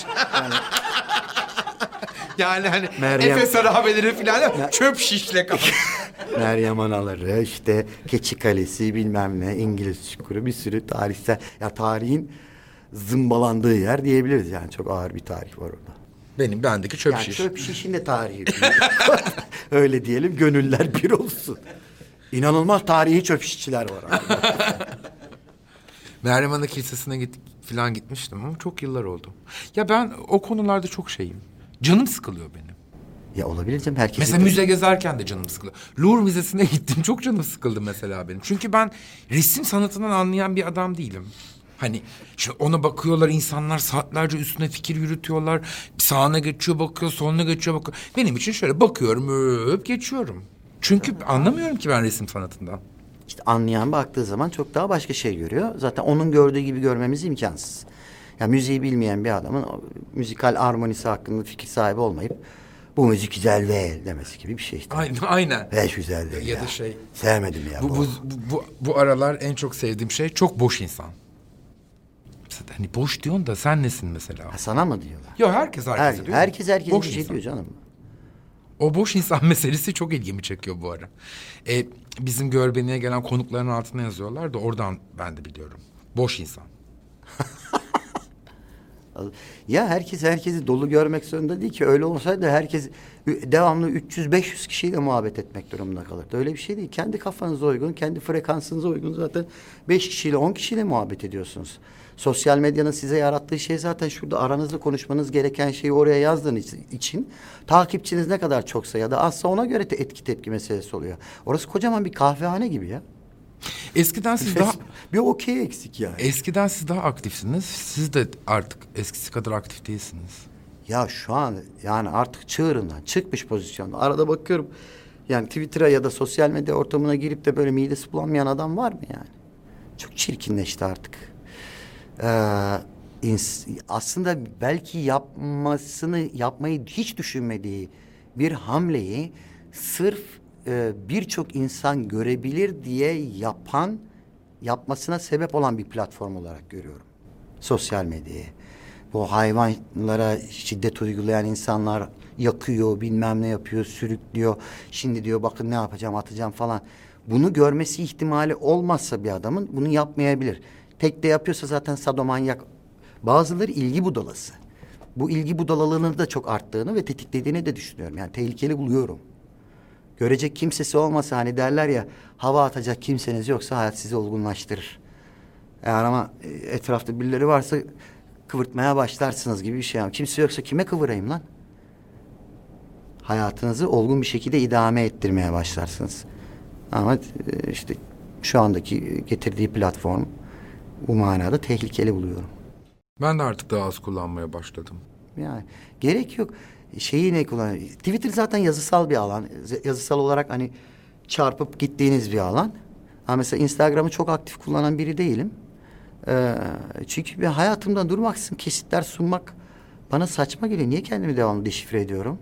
Yani hani Meryem- Efes harabeleri falan çöp şişle kalmış. Meryem Anaları, işte Keçi Kalesi, bilmem ne, İngiliz Çukuru, bir sürü tarihsel. Ya tarihin zımbalandığı yer diyebiliriz yani. Çok ağır bir tarih var orada. Benim bendeki çöp Yani şiş. çöp şişin de tarihi. Öyle diyelim, gönüller bir olsun. İnanılmaz tarihi çöp şişçiler var orada. Meryem Ana Kilisesi'ne git, falan gitmiştim ama çok yıllar oldu. Ya ben o konularda çok şeyim. Canım sıkılıyor benim. Ya olabilir canım, herkes. Mesela müze gezerken de canım sıkılıyor. Louvre Müzesi'ne gittim. Çok canım sıkıldı mesela benim. Çünkü ben resim sanatından anlayan bir adam değilim. Hani işte ona bakıyorlar insanlar saatlerce üstüne fikir yürütüyorlar. Sağına geçiyor bakıyor, soluna geçiyor bakıyor. Benim için şöyle bakıyorum, öp geçiyorum. Çünkü anlamıyorum ki ben resim sanatından. İşte anlayan baktığı zaman çok daha başka şey görüyor. Zaten onun gördüğü gibi görmemiz imkansız. Ya müziği bilmeyen bir adamın o müzikal armonisi hakkında fikir sahibi olmayıp bu müzik güzel değil demesi gibi bir şey işte. Aynen, aynen. Hiç güzel değil Ya ya. da şey- Sevmedim ya Bu, bu. bu, bu, bu, bu aralar en çok sevdiğim şey çok boş insan. Mesela hani boş diyorsun da sen nesin mesela? Ha, sana mı diyorlar? Yok herkes herkese Her, diyor. herkes herkese Boş bir şey insan. diyor canım. O boş insan meselesi çok ilgimi çekiyor bu ara. E, bizim Görbeni'ye gelen konukların altına yazıyorlar da oradan ben de biliyorum. Boş insan. Ya herkes herkesi dolu görmek zorunda değil ki. Öyle olsaydı herkes devamlı üç yüz beş yüz kişiyle muhabbet etmek durumunda kalırdı. Öyle bir şey değil. Kendi kafanıza uygun, kendi frekansınıza uygun zaten beş kişiyle, on kişiyle muhabbet ediyorsunuz. Sosyal medyanın size yarattığı şey zaten şurada aranızda konuşmanız gereken şeyi oraya yazdığınız için takipçiniz ne kadar çoksa ya da azsa ona göre de etki tepki meselesi oluyor. Orası kocaman bir kahvehane gibi ya. Eskiden siz daha Bir okey eksik yani. eskiden siz daha aktifsiniz. Siz de artık eskisi kadar aktif değilsiniz. Ya şu an yani artık çığırından çıkmış pozisyonda. Arada bakıyorum yani Twitter'a ya da sosyal medya ortamına girip de böyle midesi bulanmayan adam var mı yani? Çok çirkinleşti artık. Ee, ins- aslında belki yapmasını yapmayı hiç düşünmediği bir hamleyi sırf e, birçok insan görebilir diye yapan, yapmasına sebep olan bir platform olarak görüyorum. Sosyal medyayı. Bu hayvanlara şiddet uygulayan insanlar yakıyor, bilmem ne yapıyor, sürüklüyor. Şimdi diyor bakın ne yapacağım, atacağım falan. Bunu görmesi ihtimali olmazsa bir adamın bunu yapmayabilir. Tek de yapıyorsa zaten sadomanyak. Bazıları ilgi budalası. Bu ilgi budalalığının da çok arttığını ve tetiklediğini de düşünüyorum. Yani tehlikeli buluyorum. Görecek kimsesi olmasa hani derler ya hava atacak kimseniz yoksa hayat sizi olgunlaştırır. Eğer ama e, etrafta birileri varsa kıvırtmaya başlarsınız gibi bir şey. Ama kimse yoksa kime kıvırayım lan? Hayatınızı olgun bir şekilde idame ettirmeye başlarsınız. Ama e, işte şu andaki getirdiği platform bu manada tehlikeli buluyorum. Ben de artık daha az kullanmaya başladım. Yani gerek yok. Şeyi ne kullan? Twitter zaten yazısal bir alan. Z- Yazısal olarak hani çarpıp gittiğiniz bir alan. Ha mesela Instagram'ı çok aktif kullanan biri değilim. Ee, çünkü ben hayatımdan durmaksızın kesitler sunmak bana saçma geliyor. Niye kendimi devamlı deşifre ediyorum?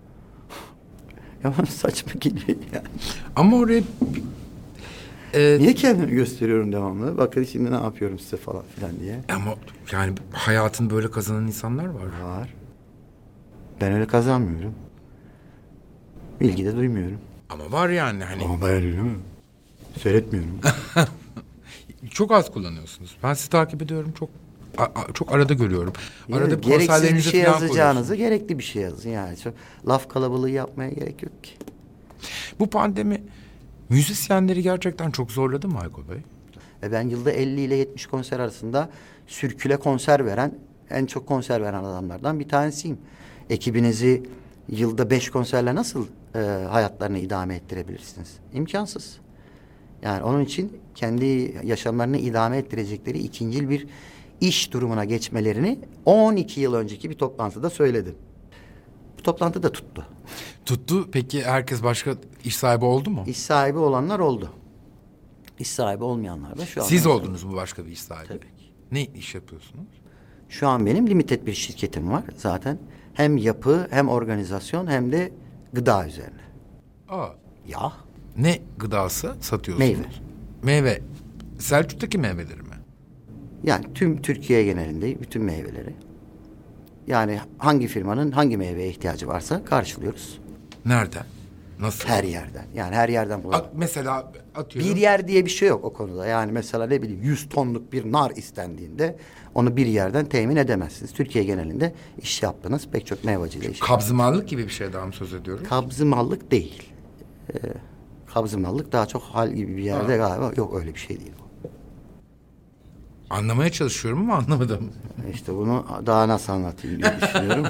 Ya bana saçma geliyor yani. Ama oraya... E, Niye kendimi gösteriyorum devamlı? Bakın şimdi ne yapıyorum size falan filan diye. Ama yani hayatını böyle kazanan insanlar var. Var. Ben öyle kazanmıyorum. Bilgi de duymuyorum. Ama var yani hani... Ama bayağı değil mi? Seyretmiyorum. Çok az kullanıyorsunuz. Ben sizi takip ediyorum, çok a- a- çok arada görüyorum. Yani Arada gereksiz bir konserlerinizi şey falan yazacağınızı koyuyorsunuz. gerekli bir şey yazın yani. Çok laf kalabalığı yapmaya gerek yok ki. Bu pandemi müzisyenleri gerçekten çok zorladı mı Hayko Bey? E ben yılda elli ile yetmiş konser arasında sürküle konser veren, en çok konser veren adamlardan bir tanesiyim. Ekibinizi yılda beş konserle nasıl e, hayatlarını idame ettirebilirsiniz? İmkansız. Yani onun için kendi yaşamlarını idame ettirecekleri ikincil bir iş durumuna geçmelerini on iki yıl önceki bir toplantıda söyledim. Bu toplantı da tuttu. Tuttu. Peki herkes başka iş sahibi oldu mu? İş sahibi olanlar oldu. İş sahibi olmayanlar da şu an. Siz oldunuz mu başka bir iş sahibi? Tabii ki. Ne iş yapıyorsunuz? Şu an benim limited bir şirketim var zaten. Hem yapı hem organizasyon hem de gıda üzerine. Aa, Ya ne gıdası satıyorsunuz? Meyve. Meyve. Selçuk'taki meyveleri mi? yani tüm Türkiye genelinde bütün meyveleri. Yani hangi firmanın hangi meyveye ihtiyacı varsa karşılıyoruz. Nereden? Nasıl? Her yerden. Yani her yerden A- bulabilir. mesela atıyorum. Bir yer diye bir şey yok o konuda. Yani mesela ne bileyim yüz tonluk bir nar istendiğinde onu bir yerden temin edemezsiniz. Türkiye genelinde iş yaptığınız pek çok meyvacıyla iş. Kabzımallık gibi bir şeyden mi söz ediyoruz? Kabzımallık değil. Ee, kabzımallık daha çok hal gibi bir yerde Ha. galiba. Yok öyle bir şey değil bu. Anlamaya çalışıyorum ama anlamadım. İşte bunu daha nasıl anlatayım diye düşünüyorum.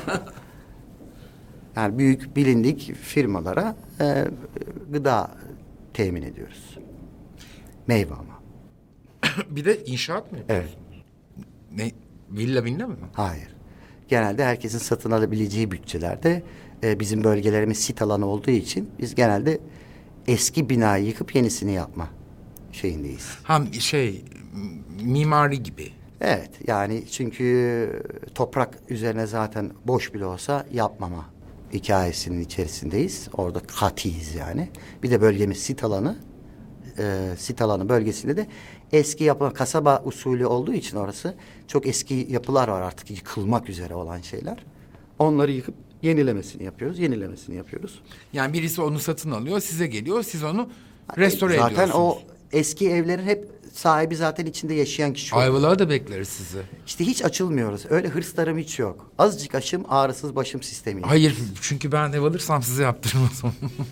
Yani büyük bilindik firmalara e, gıda temin ediyoruz. Meyve ama. Bir de inşaat mı yapıyorsunuz? Ne? Villa villa mı? Hayır. Genelde herkesin satın alabileceği bütçelerde e, bizim bölgelerimiz sit alanı olduğu için biz genelde eski binayı yıkıp yenisini yapma şeyindeyiz. Ha şey m- mimari gibi. Evet yani çünkü toprak üzerine zaten boş bile olsa yapmama hikayesinin içerisindeyiz. Orada katiyiz yani. Bir de bölgemiz sit alanı. E, sit alanı bölgesinde de eski yapı kasaba usulü olduğu için orası çok eski yapılar var artık yıkılmak üzere olan şeyler. Onları yıkıp yenilemesini yapıyoruz. Yenilemesini yapıyoruz. Yani birisi onu satın alıyor, size geliyor, siz onu restore Zaten ediyorsunuz. o eski evlerin hep sahibi zaten içinde yaşayan kişi oluyor. Ayvalık'a da bekleriz sizi. İşte hiç açılmıyoruz. Öyle hırslarım hiç yok. Azıcık aşım ağrısız başım sistemi. Hayır, çünkü ben ev alırsam size yaptırmaz.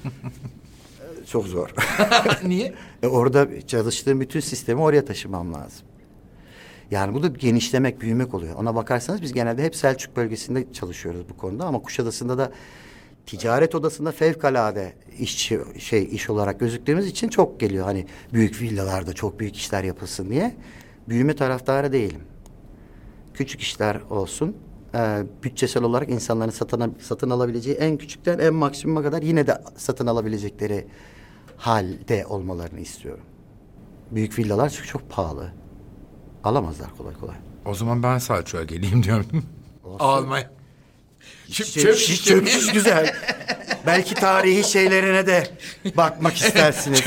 Çok zor. Niye? E orada çalıştığım bütün sistemi oraya taşımam lazım. Yani bu da genişlemek, büyümek oluyor. Ona bakarsanız biz genelde hep Selçuk bölgesinde çalışıyoruz bu konuda. Ama Kuşadası'nda da ticaret odasında fevkalade işçi şey iş olarak gözüktüğümüz için çok geliyor. Hani büyük villalarda çok büyük işler yapılsın diye. Büyüme taraftarı değilim. Küçük işler olsun. Ee, bütçesel olarak insanların satın, satın alabileceği en küçükten en maksimuma kadar yine de satın alabilecekleri halde olmalarını istiyorum. Büyük villalar çünkü çok pahalı. Alamazlar kolay kolay. O zaman ben Selçuk'a geleyim diyorum. Almaya. Çöp, Çöp, çöp şiş, şiş. çöp şiş güzel. Belki tarihi şeylerine de bakmak istersiniz.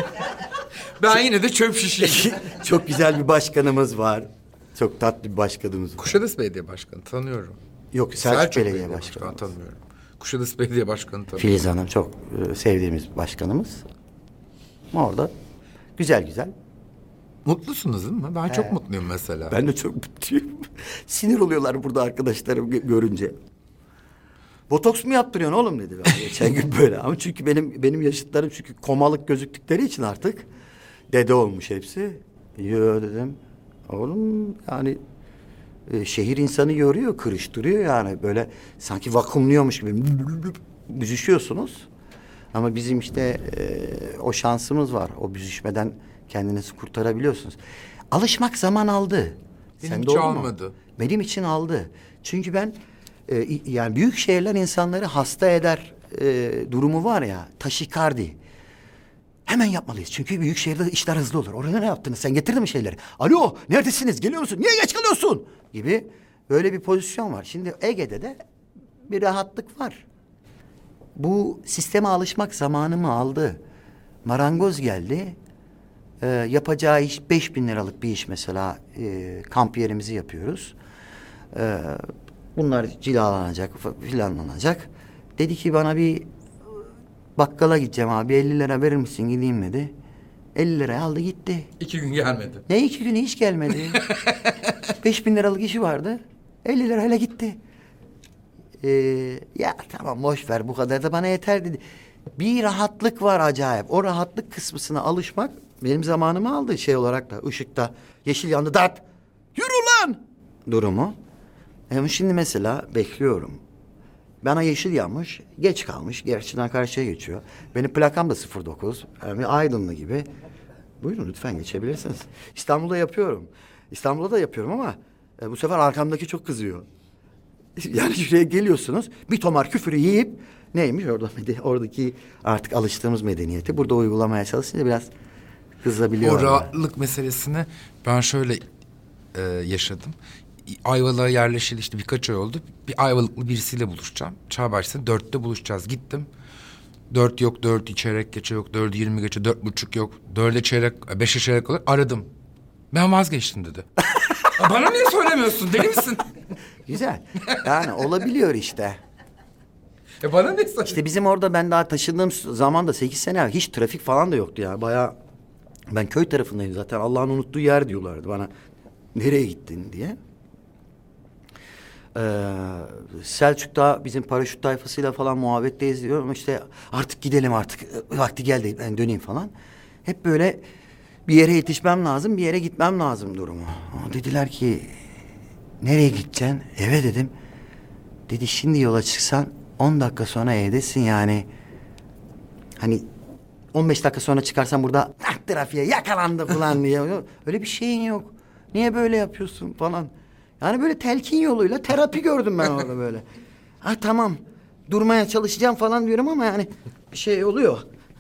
Ben yine de çöp şişiyim. Çok güzel bir başkanımız var. Çok tatlı bir başkanımız var. Kuşadası Belediye Başkanı tanıyorum. Yok Selçuk, Belediye Başkanı. tanımıyorum. Kuşadası Belediye Başkanı tanıyorum. Filiz Hanım çok e, sevdiğimiz bir başkanımız. Orada güzel güzel. Mutlusunuz değil mi? Ben çok mutluyum mesela. Ben de çok mutluyum. Sinir oluyorlar burada arkadaşlarım gö- görünce. Botoks mu yaptırıyorsun oğlum dedi ben geçen gün böyle. Ama çünkü benim benim yaşıtlarım çünkü komalık gözüktükleri için artık dede olmuş hepsi. Yo dedim. Oğlum yani e, şehir insanı yoruyor, kırıştırıyor yani böyle sanki vakumluyormuş gibi büzüşüyorsunuz. Ama bizim işte e, o şansımız var. O büzüşmeden kendinizi kurtarabiliyorsunuz. Alışmak zaman aldı. Benim Sen hiç doğru mu? almadı. Benim için aldı. Çünkü ben e, yani büyük şehirler insanları hasta eder e, durumu var ya, taşikardi. Hemen yapmalıyız. Çünkü büyük şehirde işler hızlı olur. Orada ne yaptınız? Sen getirdin mi şeyleri? Alo, neredesiniz? Geliyor musun? Niye geç kalıyorsun? Gibi böyle bir pozisyon var. Şimdi Ege'de de bir rahatlık var. Bu sisteme alışmak zamanımı aldı. Marangoz geldi. Ee, yapacağı iş beş bin liralık bir iş mesela. E, kamp yerimizi yapıyoruz. Ee, bunlar cilalanacak, filanlanacak. Dedi ki bana bir bakkala gideceğim abi, elli lira verir misin gideyim dedi. elli liraya aldı gitti. İki gün gelmedi. Ne iki günü hiç gelmedi. Beş bin liralık işi vardı. elli lirayla gitti. Ee, ya tamam boş ver, bu kadar da bana yeter dedi. Bir rahatlık var acayip. O rahatlık kısmına alışmak benim zamanımı aldı şey olarak da. Işıkta yeşil yandı, dart. Yürü lan! Durumu. Ama şimdi mesela bekliyorum. Bana yeşil yanmış, geç kalmış. Gerçekten karşıya geçiyor. Benim plakam da sıfır dokuz. Yani Aydınlı gibi. Buyurun lütfen geçebilirsiniz. İstanbul'da yapıyorum. İstanbul'da da yapıyorum ama e, bu sefer arkamdaki çok kızıyor. Yani şuraya geliyorsunuz, bir tomar küfürü yiyip neymiş orada oradaki artık alıştığımız medeniyeti burada uygulamaya çalışınca biraz kızabiliyor. O rahatlık meselesini ben şöyle e, yaşadım. Ayvalık'a yerleşeli işte birkaç ay oldu. Bir Ayvalıklı birisiyle buluşacağım. Çağbaşı'nda dörtte buluşacağız. Gittim. Dört yok, dört çeyrek geçe yok, dört yirmi geçe, dört buçuk yok. Dörde çeyrek, beşe çeyrek olur. Aradım. Ben vazgeçtim dedi. Bana niye söylemiyorsun? Deli misin? Güzel. Yani olabiliyor işte. E bana ne söylüyorsun? İşte bizim orada ben daha taşındığım zaman da sekiz sene hiç trafik falan da yoktu ya. Bayağı ben köy tarafındayım zaten. Allah'ın unuttuğu yer diyorlardı bana. Nereye gittin diye. Ee, Selçuk'ta bizim paraşüt tayfasıyla falan muhabbetteyiz diyorum. İşte artık gidelim artık. Vakti geldi ben döneyim falan. Hep böyle bir yere yetişmem lazım, bir yere gitmem lazım durumu. Ama dediler ki nereye gideceksin? Eve dedim. Dedi şimdi yola çıksan on dakika sonra evdesin yani. Hani on beş dakika sonra çıkarsan burada ah, trafiğe yakalandı falan diye. Öyle bir şeyin yok. Niye böyle yapıyorsun falan. Yani böyle telkin yoluyla terapi gördüm ben orada böyle. Ha tamam durmaya çalışacağım falan diyorum ama yani bir şey oluyor.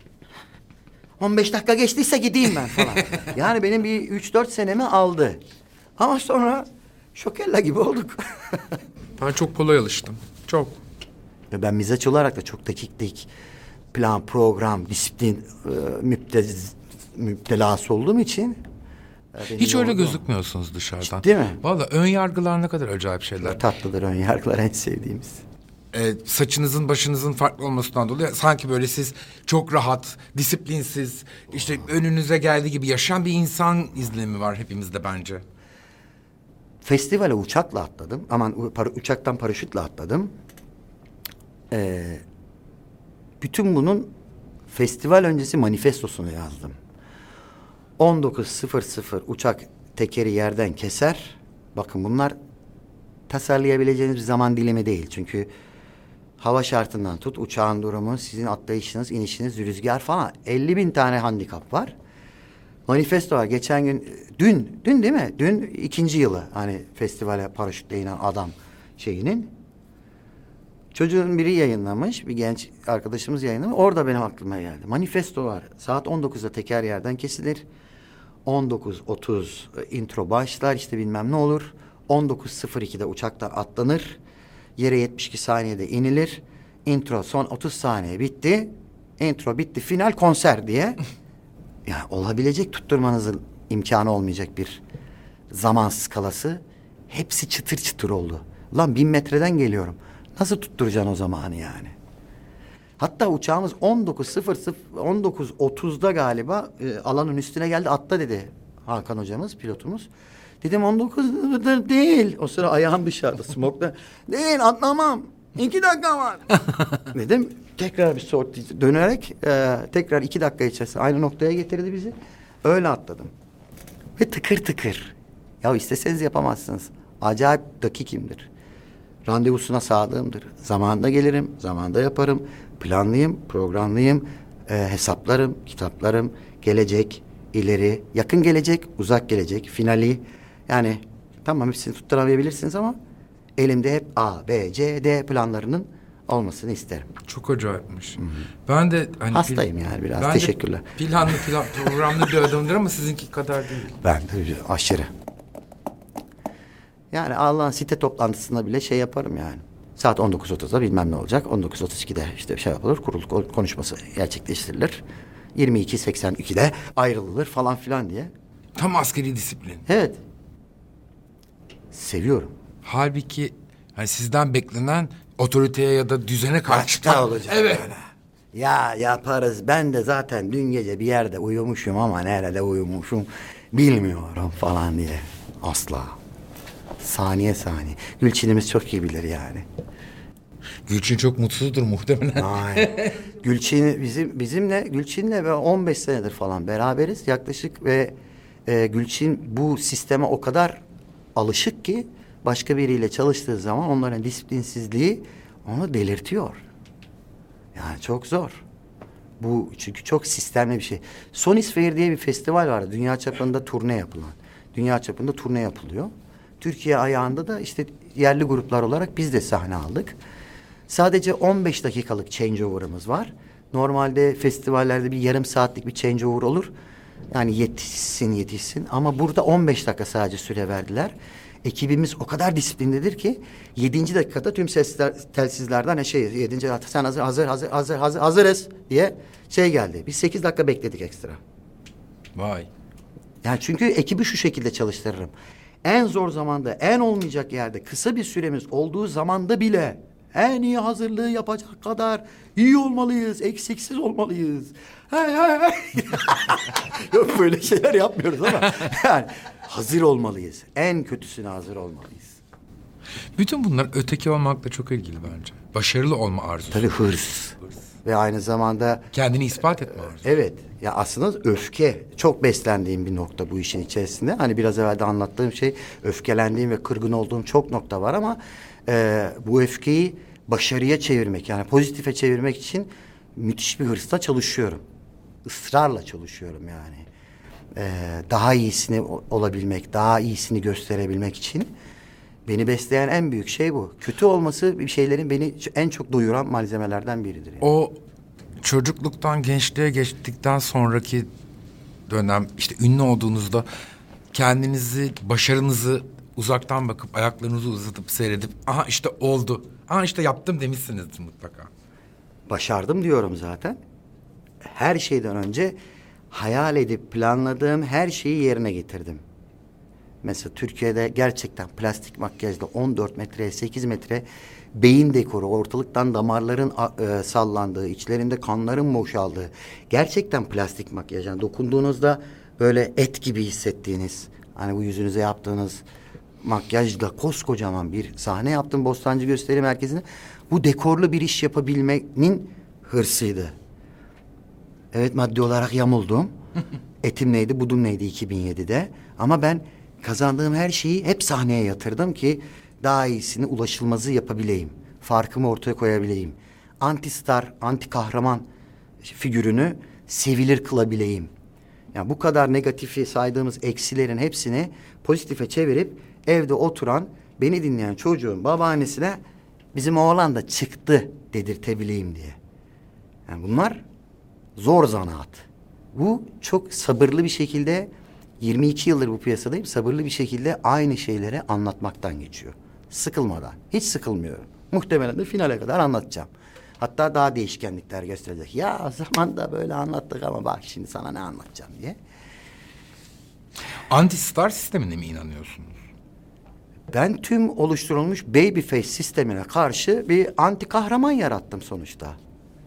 on beş dakika geçtiyse gideyim ben falan. Yani benim bir üç dört senemi aldı. Ama sonra şokella gibi olduk. Ben çok kolay alıştım. Çok. Ben mizaç olarak da çok dakiklik plan, program, disiplin e, müptez, müptelası olduğum için. e, Hiç öyle yordu. gözükmüyorsunuz dışarıdan. Ciddi mi? Vallahi ön yargılar ne kadar acayip şeyler. Tatlıdır ön yargılar en sevdiğimiz. Ee, saçınızın başınızın farklı olmasından dolayı sanki böyle siz çok rahat, disiplinsiz, işte önünüze geldiği gibi yaşayan bir insan izlenimi var hepimizde bence. Festivale uçakla atladım. Aman para, uçaktan paraşütle atladım. Ee, bütün bunun festival öncesi manifestosunu yazdım. on dokuz sıfır sıfır uçak tekeri yerden keser. Bakın bunlar tasarlayabileceğiniz bir zaman dilimi değil. Çünkü hava şartından tut, uçağın durumu, sizin atlayışınız, inişiniz, rüzgar falan. elli bin tane handikap var. Manifesto var. Geçen gün, dün, dün değil mi? Dün ikinci yılı hani festivale paraşütle inen adam şeyinin. Çocuğun biri yayınlamış, bir genç arkadaşımız yayınlamış. Orada benim aklıma geldi. Manifesto var. Saat on dokuzda teker yerden kesilir. on dokuz otuz intro başlar, işte bilmem ne olur. on dokuz sıfır ikide uçaktan atlanır. Yere yetmiş iki saniyede inilir. Intro son otuz saniye bitti. Intro bitti, final konser diye. Yani olabilecek, tutturmanızın imkanı olmayacak bir zaman skalası. Hepsi çıtır çıtır oldu. Lan bin metreden geliyorum. Nasıl tutturacaksın o zamanı yani? Hatta uçağımız on dokuz sıfır sıfır on dokuz otuzda galiba e, alanın üstüne geldi, atla dedi Hakan hocamız, pilotumuz. Dedim on dokuzda değil. O sıra ayağım dışarıda smokta. Değil, atlamam. İki dakika var. Dedim tekrar bir sorti dönerek e, tekrar iki dakika içerisinde aynı noktaya getirdi bizi. Öyle atladım. Ve tıkır tıkır. Ya isteseniz yapamazsınız. Acayip dakikimdir. Randevusuna sadığımdır. Zamanında gelirim, zamanında yaparım. Planlıyım, programlıyım. e, hesaplarım, kitaplarım, gelecek, ileri, yakın gelecek, uzak gelecek, finali. Yani tamam hepsini tutturamayabilirsiniz ama elimde hep A, B, C, D planlarının olmasını isterim. Çok acayipmiş. Hı-hı. Ben de hani hastayım yani biraz. Ben Teşekkürler. De planlı plan, programlı bir adamdır ama sizinki kadar değil. Ben de aşırı. Yani Allah'ın site toplantısında bile şey yaparım yani. Saat on dokuz otuzda bilmem ne olacak. on dokuz otuz ikide işte şey yapılır, kurul konuşması gerçekleştirilir. yirmi iki seksen ikide ayrılır falan filan diye. Tam askeri disiplin. Evet. Seviyorum. Halbuki hani sizden beklenen otoriteye ya da düzene karşı Başka olacak. Evet. Böyle. Ya yaparız. Ben de zaten dün gece bir yerde uyumuşum ama nerede uyumuşum bilmiyorum falan diye. Asla. Saniye saniye. Gülçin'imiz çok iyi bilir yani. Gülçin çok mutsuzdur muhtemelen. Hayır. Gülçin bizim bizimle Gülçin'le ve on beş senedir falan beraberiz yaklaşık ve e, Gülçin bu sisteme o kadar alışık ki başka biriyle çalıştığı zaman onların disiplinsizliği onu delirtiyor. Yani çok zor. Bu çünkü çok sistemli bir şey. Sonisphere diye bir festival var. Dünya çapında turne yapılan. Dünya çapında turne yapılıyor. Türkiye ayağında da işte yerli gruplar olarak biz de sahne aldık. Sadece on beş dakikalık changeover'ımız var. Normalde festivallerde bir yarım saatlik bir changeover olur. Yani yetişsin yetişsin ama burada on beş dakika sadece süre verdiler. Ekibimiz o kadar disiplinlidir ki yedinci dakikada tüm sesler telsizlerden şey yedinci dakika sen hazır hazır hazır hazır hazır hazırız diye şey geldi. Biz sekiz dakika bekledik ekstra. Vay. Yani çünkü ekibi şu şekilde çalıştırırım. En zor zamanda, en olmayacak yerde kısa bir süremiz olduğu zamanda bile en iyi hazırlığı yapacak kadar iyi olmalıyız, eksiksiz olmalıyız. Hey hey hey. Yok böyle şeyler yapmıyoruz ama yani hazır olmalıyız. En kötüsüne hazır olmalıyız. Bütün bunlar öteki olmakla çok ilgili bence. Başarılı olma arzusu. Tabii hırs. hırs. Ve aynı zamanda kendini ispat etme arzusu. Evet. Ya aslında öfke çok beslendiğim bir nokta bu işin içerisinde. Hani biraz evvel de anlattığım şey öfkelendiğim ve kırgın olduğum çok nokta var ama e, bu öfkeyi başarıya çevirmek yani pozitife çevirmek için müthiş bir hırsla çalışıyorum. Israrla çalışıyorum yani. Ee, daha iyisini olabilmek, daha iyisini gösterebilmek için beni besleyen en büyük şey bu. Kötü olması bir şeylerin beni en çok doyuran malzemelerden biridir. Yani. O çocukluktan gençliğe geçtikten sonraki dönem işte ünlü olduğunuzda kendinizi, başarınızı uzaktan bakıp ayaklarınızı uzatıp seyredip aha işte oldu, aha işte yaptım demişsinizdir mutlaka. Başardım diyorum zaten. Her şeyden önce hayal edip planladığım her şeyi yerine getirdim. Mesela Türkiye'de gerçekten plastik makyajla on dört metreye sekiz metre beyin dekoru, ortalıktan damarların e, sallandığı, içlerinde kanların boşaldığı, gerçekten plastik makyaj. Yani dokunduğunuzda böyle et gibi hissettiğiniz, hani bu yüzünüze yaptığınız makyajla koskocaman bir sahne yaptım Bostancı Gösteri Merkezi'ne. Bu dekorlu bir iş yapabilmenin hırsıydı. Evet maddi olarak yamuldum. Etim neydi, budum neydi iki bin yedide. Ama ben kazandığım her şeyi hep sahneye yatırdım ki daha iyisini ulaşılmazı yapabileyim. Farkımı ortaya koyabileyim. Anti star, anti kahraman figürünü sevilir kılabileyim. Yani bu kadar negatifi saydığımız eksilerin hepsini pozitife çevirip evde oturan, beni dinleyen çocuğun babaannesine bizim oğlan da çıktı dedirtebileyim diye. Yani bunlar zor zanaat. Bu çok sabırlı bir şekilde yirmi iki yıldır bu piyasadayım. Sabırlı bir şekilde aynı şeyleri anlatmaktan geçiyor. Sıkılmadan. Hiç sıkılmıyorum. Muhtemelen de finale kadar anlatacağım. Hatta daha değişkenlikler gösterecek. Ya o zaman da böyle anlattık ama bak şimdi sana ne anlatacağım diye. Anti-star sistemine mi inanıyorsunuz? Ben tüm oluşturulmuş babyface sistemine karşı bir anti kahraman yarattım sonuçta.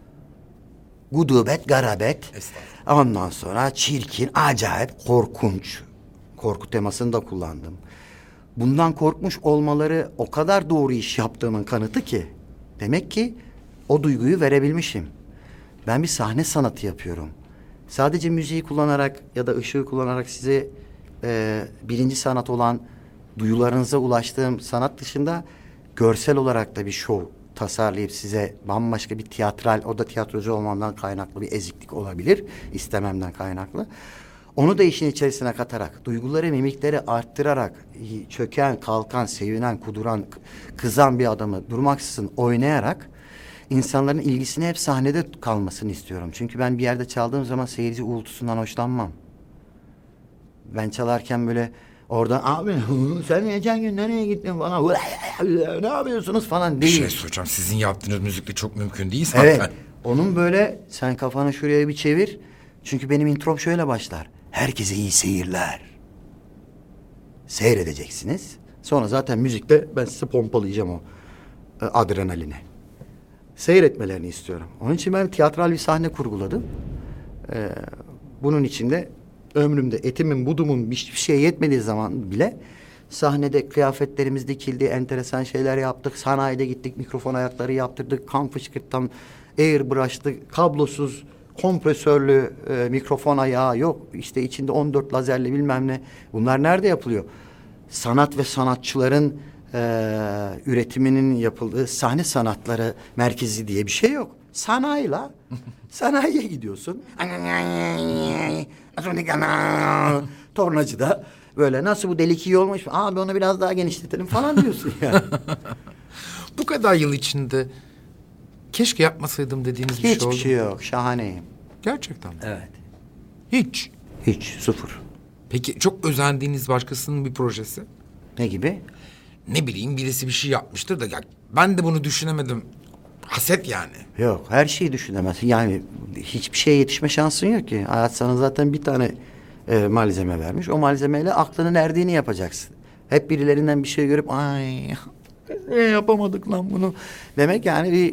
Gudubet, garabet. Ondan sonra çirkin, acayip, korkunç. Korku temasını da kullandım. Bundan korkmuş olmaları o kadar doğru iş yaptığımın kanıtı ki. Demek ki o duyguyu verebilmişim. Ben bir sahne sanatı yapıyorum. Sadece müziği kullanarak ya da ışığı kullanarak size e, birinci sanat olan duyularınıza ulaştığım sanat dışında görsel olarak da bir şov tasarlayıp size bambaşka bir tiyatral, o da tiyatrocu olmamdan kaynaklı bir eziklik olabilir, istememden kaynaklı. Onu da işin içerisine katarak, duyguları, mimikleri arttırarak, çöken, kalkan, sevinen, kuduran, kızan bir adamı durmaksızın oynayarak insanların ilgisini hep sahnede kalmasını istiyorum. Çünkü ben bir yerde çaldığım zaman seyirci uğultusundan hoşlanmam. Ben çalarken böyle orada abi sen geçen gün nereye gittin falan ne yapıyorsunuz falan Bir değil. şey soracağım. Sizin yaptığınız müzikle çok mümkün değil zaten. Evet. Onun böyle sen kafanı şuraya bir çevir. Çünkü benim introm şöyle başlar. Herkese iyi seyirler. Seyredeceksiniz. Sonra zaten müzikte ben size pompalayacağım o e, adrenalini. Seyretmelerini istiyorum. Onun için ben tiyatral bir sahne kurguladım. Ee, bunun içinde ömrümde etimin, budumun hiçbir şeye yetmediği zaman bile sahnede kıyafetlerimiz dikildi, enteresan şeyler yaptık. Sanayide gittik, mikrofon ayakları yaptırdık, kan fışkırttan, airbrush'lı, kablosuz, kompresörlü e, mikrofon ayağı yok. İşte içinde on dört lazerli bilmem ne. Bunlar nerede yapılıyor? Sanat ve sanatçıların e, üretiminin yapıldığı sahne sanatları merkezi diye bir şey yok. Sanayiyle sanayiye gidiyorsun. Tornacıda böyle nasıl bu delik iyi olmuş mu? Abi onu biraz daha genişletelim falan diyorsun yani. Bu kadar yıl içinde keşke yapmasaydım dediğiniz bir şey oldu Hiçbir mu? şey yok. Şahaneyim. Gerçekten mi? Evet. Hiç. Hiç. Sıfır. Peki çok özendiğiniz başkasının bir projesi? Ne gibi? Ne bileyim birisi bir şey yapmıştır da ya ben de bunu düşünemedim. Haset yani. Yok. Her şeyi düşünemezsin. Yani hiçbir şeye yetişme şansın yok ki. Hayat sana zaten bir tane e, malzeme vermiş. O malzemeyle aklının erdiğini yapacaksın. Hep birilerinden bir şey görüp ay ne yapamadık lan bunu demek yani bir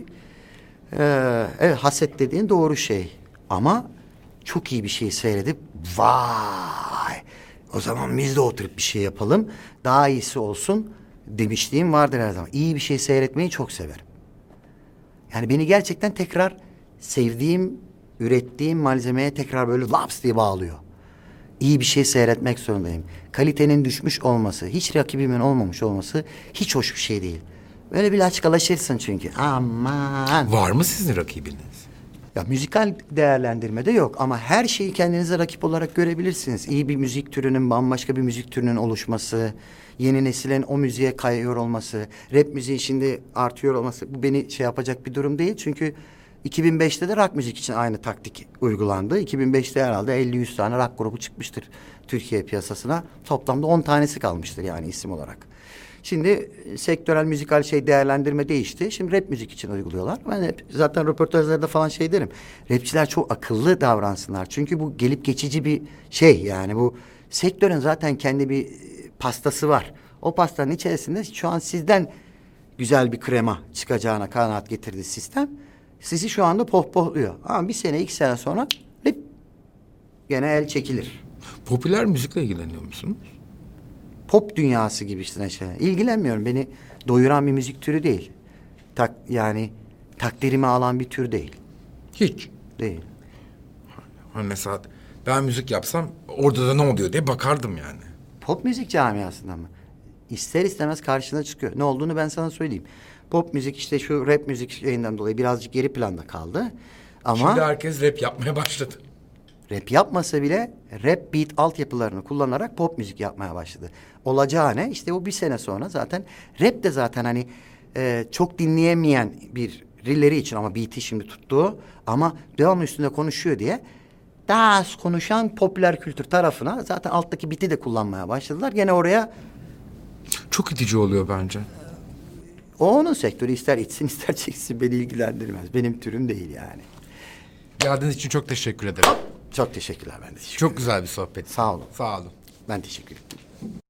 e, evet haset dediğin doğru şey. Ama çok iyi bir şey seyredip vay o zaman biz de oturup bir şey yapalım. Daha iyisi olsun demişliğim vardır her zaman. İyi bir şey seyretmeyi çok severim. Yani beni gerçekten tekrar sevdiğim, ürettiğim malzemeye tekrar böyle laps diye bağlıyor. İyi bir şey seyretmek zorundayım. Kalitenin düşmüş olması, hiç rakibimin olmamış olması hiç hoş bir şey değil. Böyle bir laçkalaşırsın çünkü. Aman. Var mı sizin rakibiniz? Ya müzikal değerlendirmede yok ama her şeyi kendinize rakip olarak görebilirsiniz. İyi bir müzik türünün bambaşka bir müzik türünün oluşması, yeni neslin o müziğe kayıyor olması, rap müziği şimdi artıyor olması bu beni şey yapacak bir durum değil. Çünkü iki bin beşte de rock müzik için aynı taktik uygulandı. iki bin beşte herhalde elli yüz tane rock grubu çıkmıştır Türkiye piyasasına. Toplamda on tanesi kalmıştır yani isim olarak. Şimdi sektörel müzikal şey değerlendirme değişti. Şimdi rap müzik için uyguluyorlar. Ben hep zaten röportajlarda falan şey derim. Rapçiler çok akıllı davransınlar. Çünkü bu gelip geçici bir şey yani bu sektörün zaten kendi bir pastası var. O pastanın içerisinde şu an sizden güzel bir krema çıkacağına kanaat getirdi sistem. Sizi şu anda pohpohluyor. Ama bir sene iki sene sonra hep gene el çekilir. Popüler müzikle ilgileniyor musunuz? Pop dünyası gibi işte şeyler. İlgilenmiyorum. Beni doyuran bir müzik türü değil. Tak, yani takdirimi alan bir tür değil. Hiç. Değil. Hani mesela ben müzik yapsam orada da ne oluyor diye bakardım yani. Pop müzik camiasında mı? İster istemez karşına çıkıyor. Ne olduğunu ben sana söyleyeyim. Pop müzik işte şu rap müzik şeyinden dolayı birazcık geri planda kaldı. Ama Şimdi herkes rap yapmaya başladı. rap yapmasa bile rap beat altyapılarını kullanarak pop müzik yapmaya başladı. Olacağı ne? İşte o bir sene sonra zaten rap de zaten hani e, çok dinleyemeyen bir birileri için ama beat'i şimdi tuttuğu ama devamlı üstünde konuşuyor diye daha az konuşan popüler kültür tarafına zaten alttaki beat'i de kullanmaya başladılar. Gene oraya Çok itici oluyor bence. o onun sektörü ister içsin ister çeksin beni ilgilendirmez. Benim türüm değil yani. Geldiğiniz için çok teşekkür ederim. Çok teşekkürler ben de teşekkür Çok güzel bir sohbet. Sağ olun. Sağ olun. Ben teşekkür ederim.